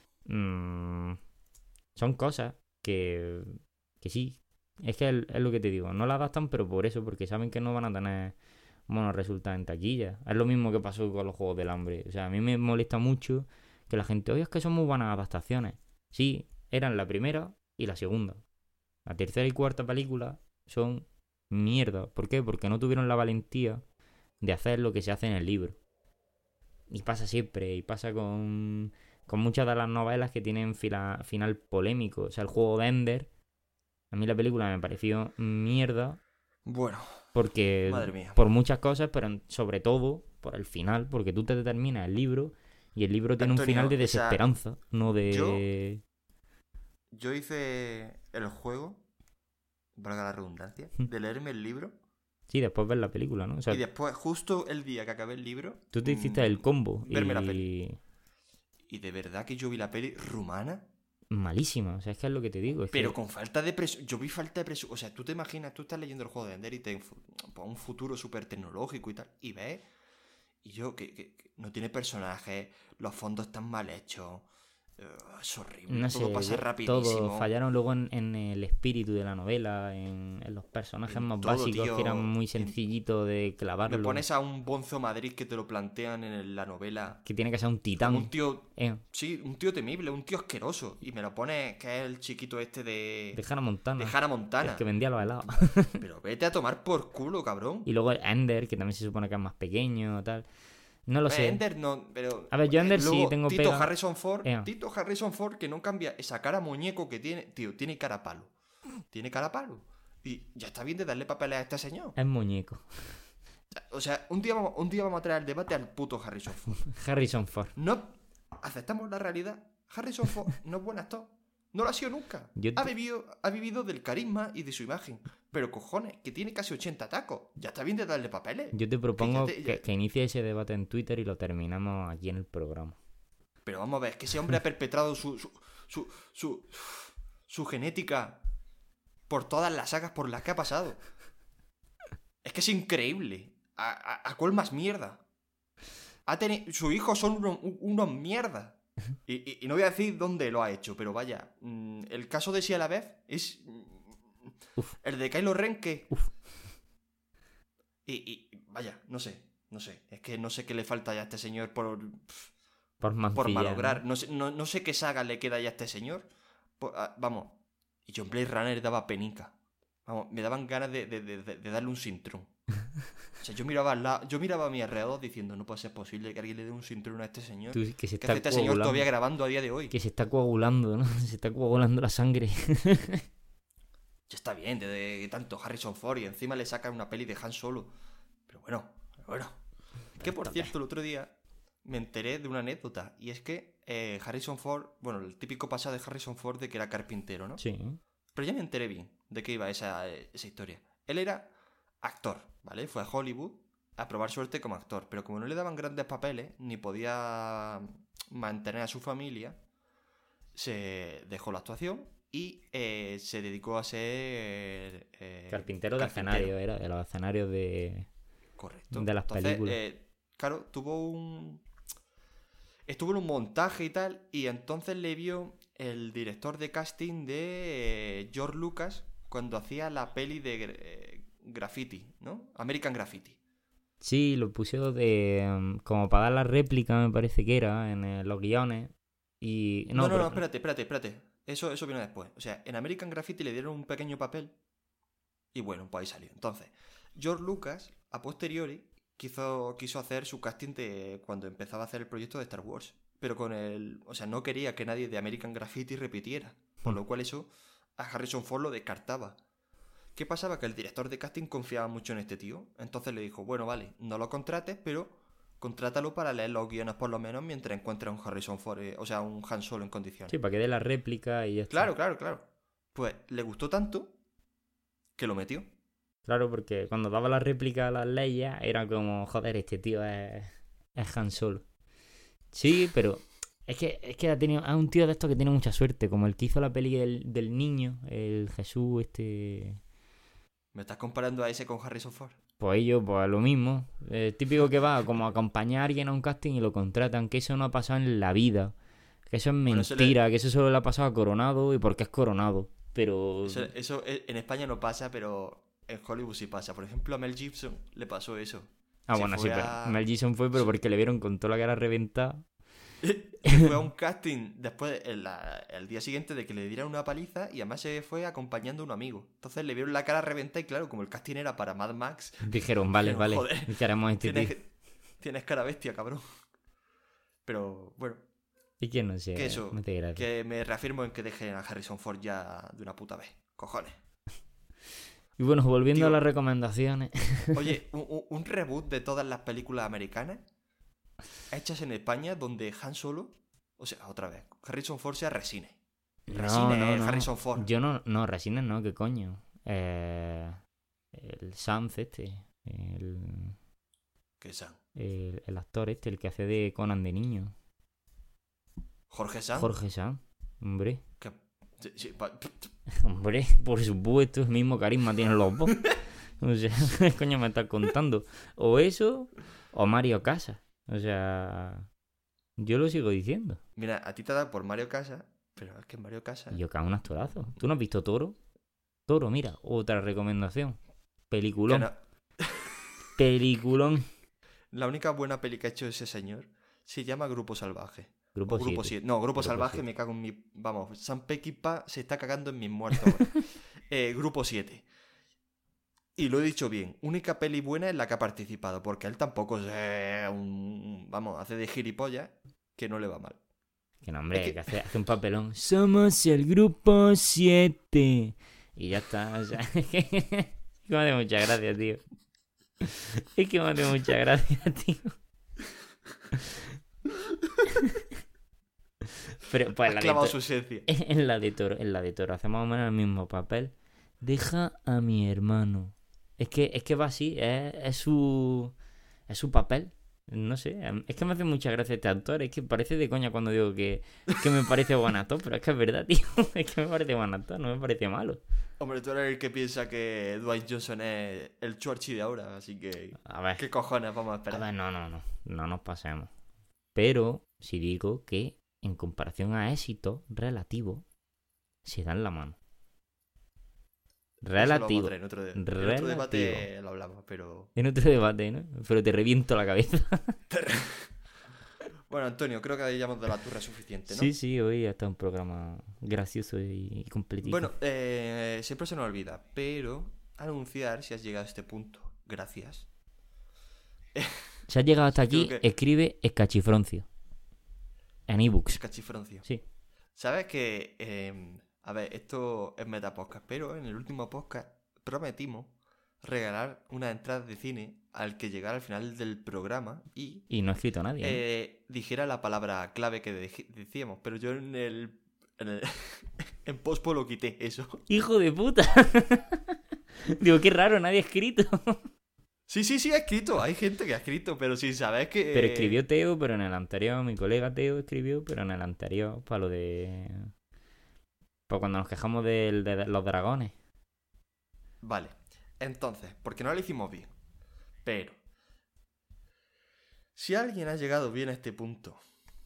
Son cosas que sí. Es que es lo que te digo. No la adaptan, pero por eso, porque saben que no van a tener buenos resultados en taquilla. Es lo mismo que pasó con los Juegos del Hambre. O sea, a mí me molesta mucho que la gente, oye, es que son muy buenas adaptaciones. Sí, eran la primera y la segunda. La tercera y cuarta película son mierda. ¿Por qué? Porque no tuvieron la valentía de hacer lo que se hace en el libro. Y pasa siempre, y pasa con muchas de las novelas que tienen final polémico. O sea, el juego de Ender, a mí la película me pareció mierda Bueno, porque madre mía. por muchas cosas, pero sobre todo por el final, porque tú te determinas el libro y el libro tiene un Antonio, final de o sea, desesperanza, no de... yo hice el juego, valga la redundancia, de leerme el libro Sí, después ver la película, ¿no? O sea, y después, justo el día que acabé el libro, tú te hiciste el combo verme la y... y de verdad que yo vi la peli rumana, Malísima, o sea, es que es lo que te digo. Es pero que... con falta de yo vi falta de presupuesto. O sea, tú te imaginas, tú estás leyendo el juego de Ender y te un futuro súper tecnológico y tal, y ves, y yo, que no tiene personajes, los fondos están mal hechos, Es horrible. No Todo sé, pasa rapidísimo. todo. Fallaron luego en el espíritu de la novela, en los personajes En más todo, básicos, tío. que eran muy sencillitos de clavarlo. Me pones a un Bonzo Madrid que te lo plantean en la novela. Que tiene que ser un titán. Un tío... Eh, Sí, un tío temible, un tío asqueroso. Y me lo pones que es el chiquito este de Hannah Montana. de Hannah Montana. El que vendía los helados. Pero vete a tomar por culo, cabrón. Y luego Ender, que también se supone que es más pequeño, tal. No lo sé. Ender no, pero... A ver, yo Ender sí luego, tengo Tito pega. Harrison Ford que no cambia esa cara muñeco que tiene. Tío, tiene cara palo. Tiene cara palo. Y ya está bien de darle papeles a este señor. Es muñeco. O sea, un día vamos a traer el debate al puto Harrison Ford. Harrison Ford. No aceptamos la realidad. Harrison Ford no es buen actor. No lo ha sido nunca. Ha vivido del carisma y de su imagen. Pero cojones, que tiene casi 80 tacos. Ya está bien de darle papeles. Yo te propongo Fíjate, que inicie ese debate en Twitter y lo terminamos aquí en el programa. Pero vamos a ver, es que ese hombre ha perpetrado su genética por todas las sagas por las que ha pasado. Es que es increíble. ¿A cuál más mierda? Sus hijos son unos mierdas. Y no voy a decir dónde lo ha hecho, pero vaya. El caso de Shia LaBeouf es... El de Kylo Ren, ¿qué? Y vaya, no sé. Es que no sé qué le falta ya a este señor por malograr. No sé qué saga le queda ya a este señor. Vamos. Y yo en Blade Runner daba penica. Vamos, me daban ganas de darle un cintrón. O sea, yo miraba a mi alrededor diciendo, no puede ser posible que alguien le dé un cintrón a este señor. Que ¿Qué hace este señor todavía grabando a día de hoy? Que se está coagulando, ¿no? Se está coagulando la sangre. Ya está bien, de tanto Harrison Ford y encima le sacan una peli de Han Solo. Pero bueno. Que por cierto, el otro día me enteré de una anécdota. Y es que Harrison Ford, bueno, el típico pasado de Harrison Ford de que era carpintero, ¿no? Sí. Pero ya me enteré bien de qué iba esa historia. Él era actor, ¿vale? Fue a Hollywood a probar suerte como actor. Pero como no le daban grandes papeles, ni podía mantener a su familia, se dejó la actuación y se dedicó a ser... carpintero de escenario, era de los escenarios de... Correcto. De las películas. Claro, estuvo en un montaje y tal, y entonces le vio el director de casting de George Lucas cuando hacía la peli de Graffiti, ¿no? American Graffiti. Sí, lo pusieron de... como para dar la réplica, me parece que era, en los guiones. Y... No, espérate. Eso vino después. O sea, en American Graffiti le dieron un pequeño papel y bueno, pues ahí salió. Entonces, George Lucas, a posteriori, quiso hacer su casting de cuando empezaba a hacer el proyecto de Star Wars. Pero o sea, no quería que nadie de American Graffiti repitiera. Por lo cual eso a Harrison Ford lo descartaba. ¿Qué pasaba? Que el director de casting confiaba mucho en este tío. Entonces le dijo, bueno, vale, no lo contrates, pero contrátalo para leer los guiones por lo menos mientras encuentres un Harrison Ford, o sea, un Han Solo en condiciones. Sí, para que dé la réplica y ya está. Claro. Pues le gustó tanto que lo metió. Claro, porque cuando daba la réplica a las leyes era como, joder, este tío es Han Solo. Sí, pero es que es un tío de estos que tiene mucha suerte, como el que hizo la peli del niño, el Jesús ¿Me estás comparando a ese con Harrison Ford? Pues lo mismo. Típico que va como a acompañar a alguien a un casting y lo contratan, que eso no ha pasado en la vida. Que eso es mentira, que eso solo le ha pasado a Coronado y porque es Coronado. Pero... Eso en España no pasa, pero en Hollywood sí pasa. Por ejemplo, a Mel Gibson le pasó eso. Bueno, sí, pero Mel Gibson fue porque le vieron con toda la cara reventada. Fue a un casting después, el día siguiente de que le dieran una paliza, y además se fue acompañando a un amigo. Entonces le vieron la cara reventada y claro, como el casting era para Mad Max, dijeron, vale, joder, ¿qué haremos este tío? Tienes cara bestia, cabrón. Pero bueno, y que no sé, que eso, me hace gracia. que me reafirmo en que dejen a Harrison Ford ya de una puta vez. Cojones. Y bueno, volviendo Tío, a las recomendaciones. Oye, un reboot de todas las películas americanas hechas en España donde Han Solo, o sea, otra vez, Harrison Ford sea Resines. No. Harrison Ford. Yo no, Resines no, ¿qué coño? El Sanz ¿Qué Sam? el actor el que hace de Conan de niño. ¿Jorge Sanz? Jorge Sanz, hombre. Sí, Hombre, por supuesto, el mismo carisma tienen los dos. O sea, ¿qué coño me estás contando? O eso, o Mario Casas. O sea, yo lo sigo diciendo. Mira, a ti te da por Mario Casas, pero es que Mario Casas... Y yo cago un actorazo. ¿Tú no has visto Toro? Toro, mira, otra recomendación. que Peliculón. no- Peliculón. La única buena peli que ha hecho ese señor se llama Grupo Salvaje. Grupo O Grupo 7. 7. No, Grupo Grupo Salvaje 7. me cago en mi... Vamos, San Peckinpah se está cagando en mis muertos ahora. Grupo 7. Y lo he dicho bien, única peli buena en la que ha participado, porque él tampoco es vamos, hace de gilipollas que no le va mal. Que no, hombre, Es que- que hace un papelón. Somos el grupo 7. Y ya está, o sea, es que me hace mucha gracia, tío. Es que me hace mucha gracia, tío. Pero pues Ha la de clavado Toro, su esencia. en la de Toro hace más o menos el mismo papel. Deja a mi hermano. Es que va así, es su papel. No sé, es que me hace mucha gracia este actor. Es que parece de coña cuando digo que me parece buen actor, pero es que es verdad, tío. Es que me parece buen actor, no me parece malo. Hombre, tú eres el que piensa que Dwayne Johnson es el Churchill de ahora, así que... A ver, ¿Qué cojones vamos a esperar? no nos pasemos. Pero si digo que en comparación a éxito relativo, se dan la mano. Eso lo vamos a Relativo. traer en otro en otro Relativo. debate lo hablamos, pero... En otro debate, ¿no? Pero te reviento la cabeza. Bueno, Antonio, creo que ahí ya hemos dado la turra suficiente, ¿no? Sí, hoy ha estado un programa gracioso y completito. Bueno, siempre se nos olvida, pero anunciar si has llegado a este punto. Gracias. Si has llegado hasta aquí, Creo que- escribe Escachifroncio. En ebooks. Es cachifroncio. Sí. ¿Sabes que... a ver, esto es metapodcast, pero en el último podcast prometimos regalar unas entradas de cine al que llegara al final del programa y Y no ha escrito nadie, ¿no? dijera la palabra clave que decíamos, pero yo en el en pospo lo quité, eso. ¡Hijo de puta! Digo, qué raro, nadie ha escrito. Sí, ha escrito, hay gente que ha escrito, pero sin saber que... Pero escribió Teo, pero en el anterior, mi colega Teo escribió, pero en el anterior, para lo de... Para cuando nos quejamos de los dragones. Vale, entonces, porque no lo hicimos bien, pero... Si alguien ha llegado bien a este punto,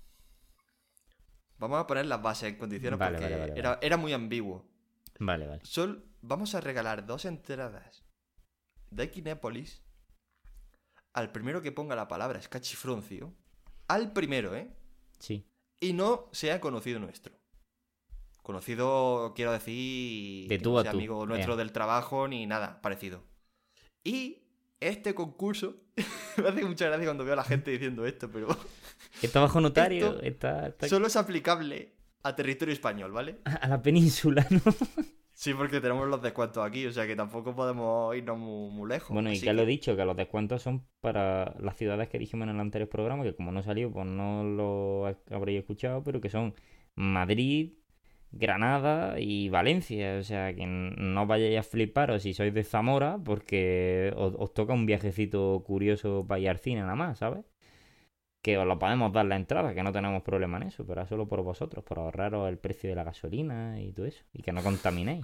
vamos a poner las bases en condiciones Vale, porque vale. era muy ambiguo. Vale. Vamos a regalar 2 entradas de Kinépolis al primero que ponga la palabra escachifroncio. Al primero, ¿eh? Sí. Y no sea conocido nuestro. Conocido, quiero decir, De que tú no a sea tú. amigo nuestro del trabajo ni nada parecido. Y este concurso, me hace mucha gracia cuando veo a la gente diciendo esto, pero Está bajo notario, Esto está solo es aplicable a territorio español, ¿vale? a la península, ¿no? Sí, porque tenemos los descuentos aquí, o sea que tampoco podemos irnos muy lejos. Bueno, y así que lo he dicho, que los descuentos son para las ciudades que dijimos en el anterior programa, que como no salió, pues no lo habréis escuchado, pero que son Madrid, Granada y Valencia. O sea, que no vayáis a fliparos si sois de Zamora, porque os toca un viajecito curioso para ir al cine nada más, ¿sabes? Que os lo podemos dar la entrada, que no tenemos problema en eso, pero es solo por vosotros, por ahorraros el precio de la gasolina y todo eso, y que no contaminéis.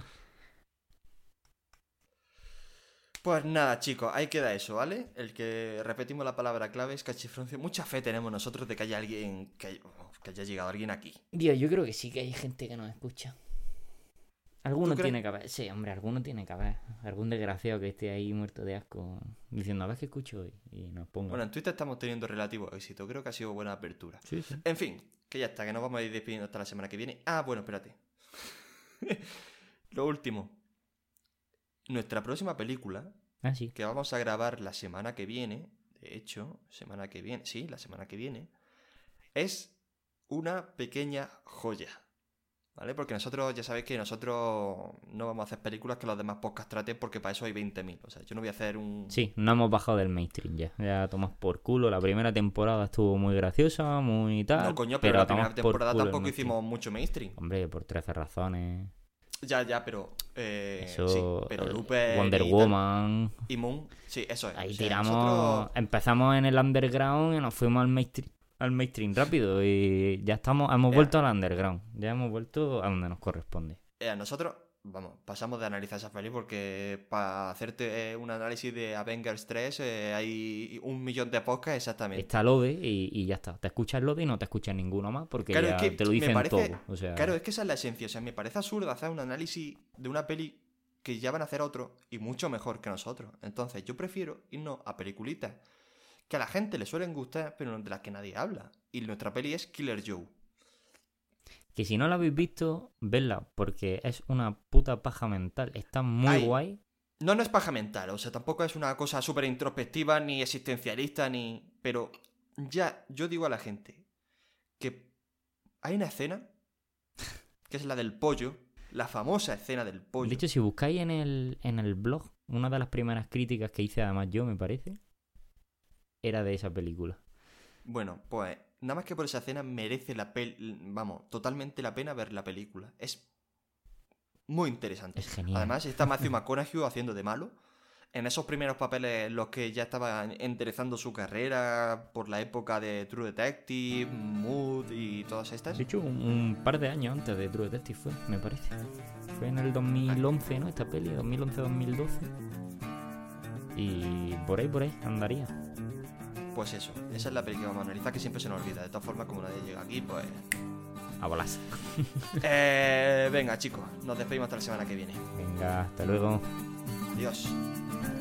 Pues nada, chicos, ahí queda eso, ¿vale? El que repetimos la palabra clave es cachifroncio. Mucha fe tenemos nosotros de que haya alguien, que haya llegado alguien aquí. Dios, yo creo que sí que hay gente que nos escucha. Alguno ¿Tú crees? tiene que haber. Sí, hombre, alguno tiene que haber. Algún desgraciado que esté ahí muerto de asco diciendo, a ver qué escucho hoy. Y nos ponga. Bueno, en Twitter estamos teniendo relativo éxito. Creo que ha sido buena apertura. Sí. En fin, que ya está, que nos vamos a ir despidiendo hasta la semana que viene. Ah, bueno, espérate. Lo último. Nuestra próxima película, Ah, sí. que vamos a grabar la semana que viene, de hecho, semana que viene, sí, la semana que viene, es una pequeña joya. ¿Vale? Porque nosotros, ya sabéis que nosotros no vamos a hacer películas que los demás podcasts traten porque para eso hay 20.000. O sea, yo no voy a hacer un... Sí, no hemos bajado del mainstream ya. Ya tomas por culo. La primera temporada estuvo muy graciosa, muy tal. No, coño, pero la primera tomas por temporada culo el tampoco mainstream. hicimos mucho mainstream. Hombre, por 13 razones. Ya, pero... Eso, sí, pero Looper Wonder y Woman. y Moon, sí, eso es. Ahí O sea, tiramos. nosotros- Empezamos en el underground y nos fuimos al mainstream rápido. Y ya estamos. Hemos vuelto al underground. Ya hemos vuelto a donde nos corresponde. nosotros vamos, pasamos de analizar esa peli porque para hacerte un análisis de Avengers 3 hay 1.000.000 de podcasts exactamente. Está Lode y ya está. Te escuchas Lode y no te escuchas ninguno más porque Claro, ya es que te lo dicen todo. O sea, claro, es que esa es la esencia. O sea, me parece absurdo hacer un análisis de una peli que ya van a hacer otros y mucho mejor que nosotros. Entonces, yo prefiero irnos a peliculitas que a la gente le suelen gustar, pero de las que nadie habla. Y nuestra peli es Killer Joe. que si no la habéis visto, vedla, porque es una puta paja mental. Está muy guay. No es paja mental, o sea, tampoco es una cosa súper introspectiva, ni existencialista, ni... Pero ya, yo digo a la gente que hay una escena, que es la del pollo, la famosa escena del pollo. De hecho, si buscáis en el blog, una de las primeras críticas que hice, además yo, me parece, era de esa película. Bueno, pues nada más que por esa escena merece totalmente la pena ver la película. Es muy interesante. Es genial. Además está Matthew McConaughey haciendo de malo. En esos primeros papeles los que ya estaban enderezando su carrera por la época de True Detective, Mood y todas estas. De hecho, un par de años antes de True Detective fue, me parece. Fue en el 2011, ¿no? Esta peli, 2011-2012. Y por ahí andaría. Pues eso, esa es la peli que vamos a analizar, que siempre se nos olvida. De todas formas, como nadie llega aquí, pues... A bolas. Venga, chicos, nos despedimos hasta la semana que viene. Venga, hasta luego. Adiós.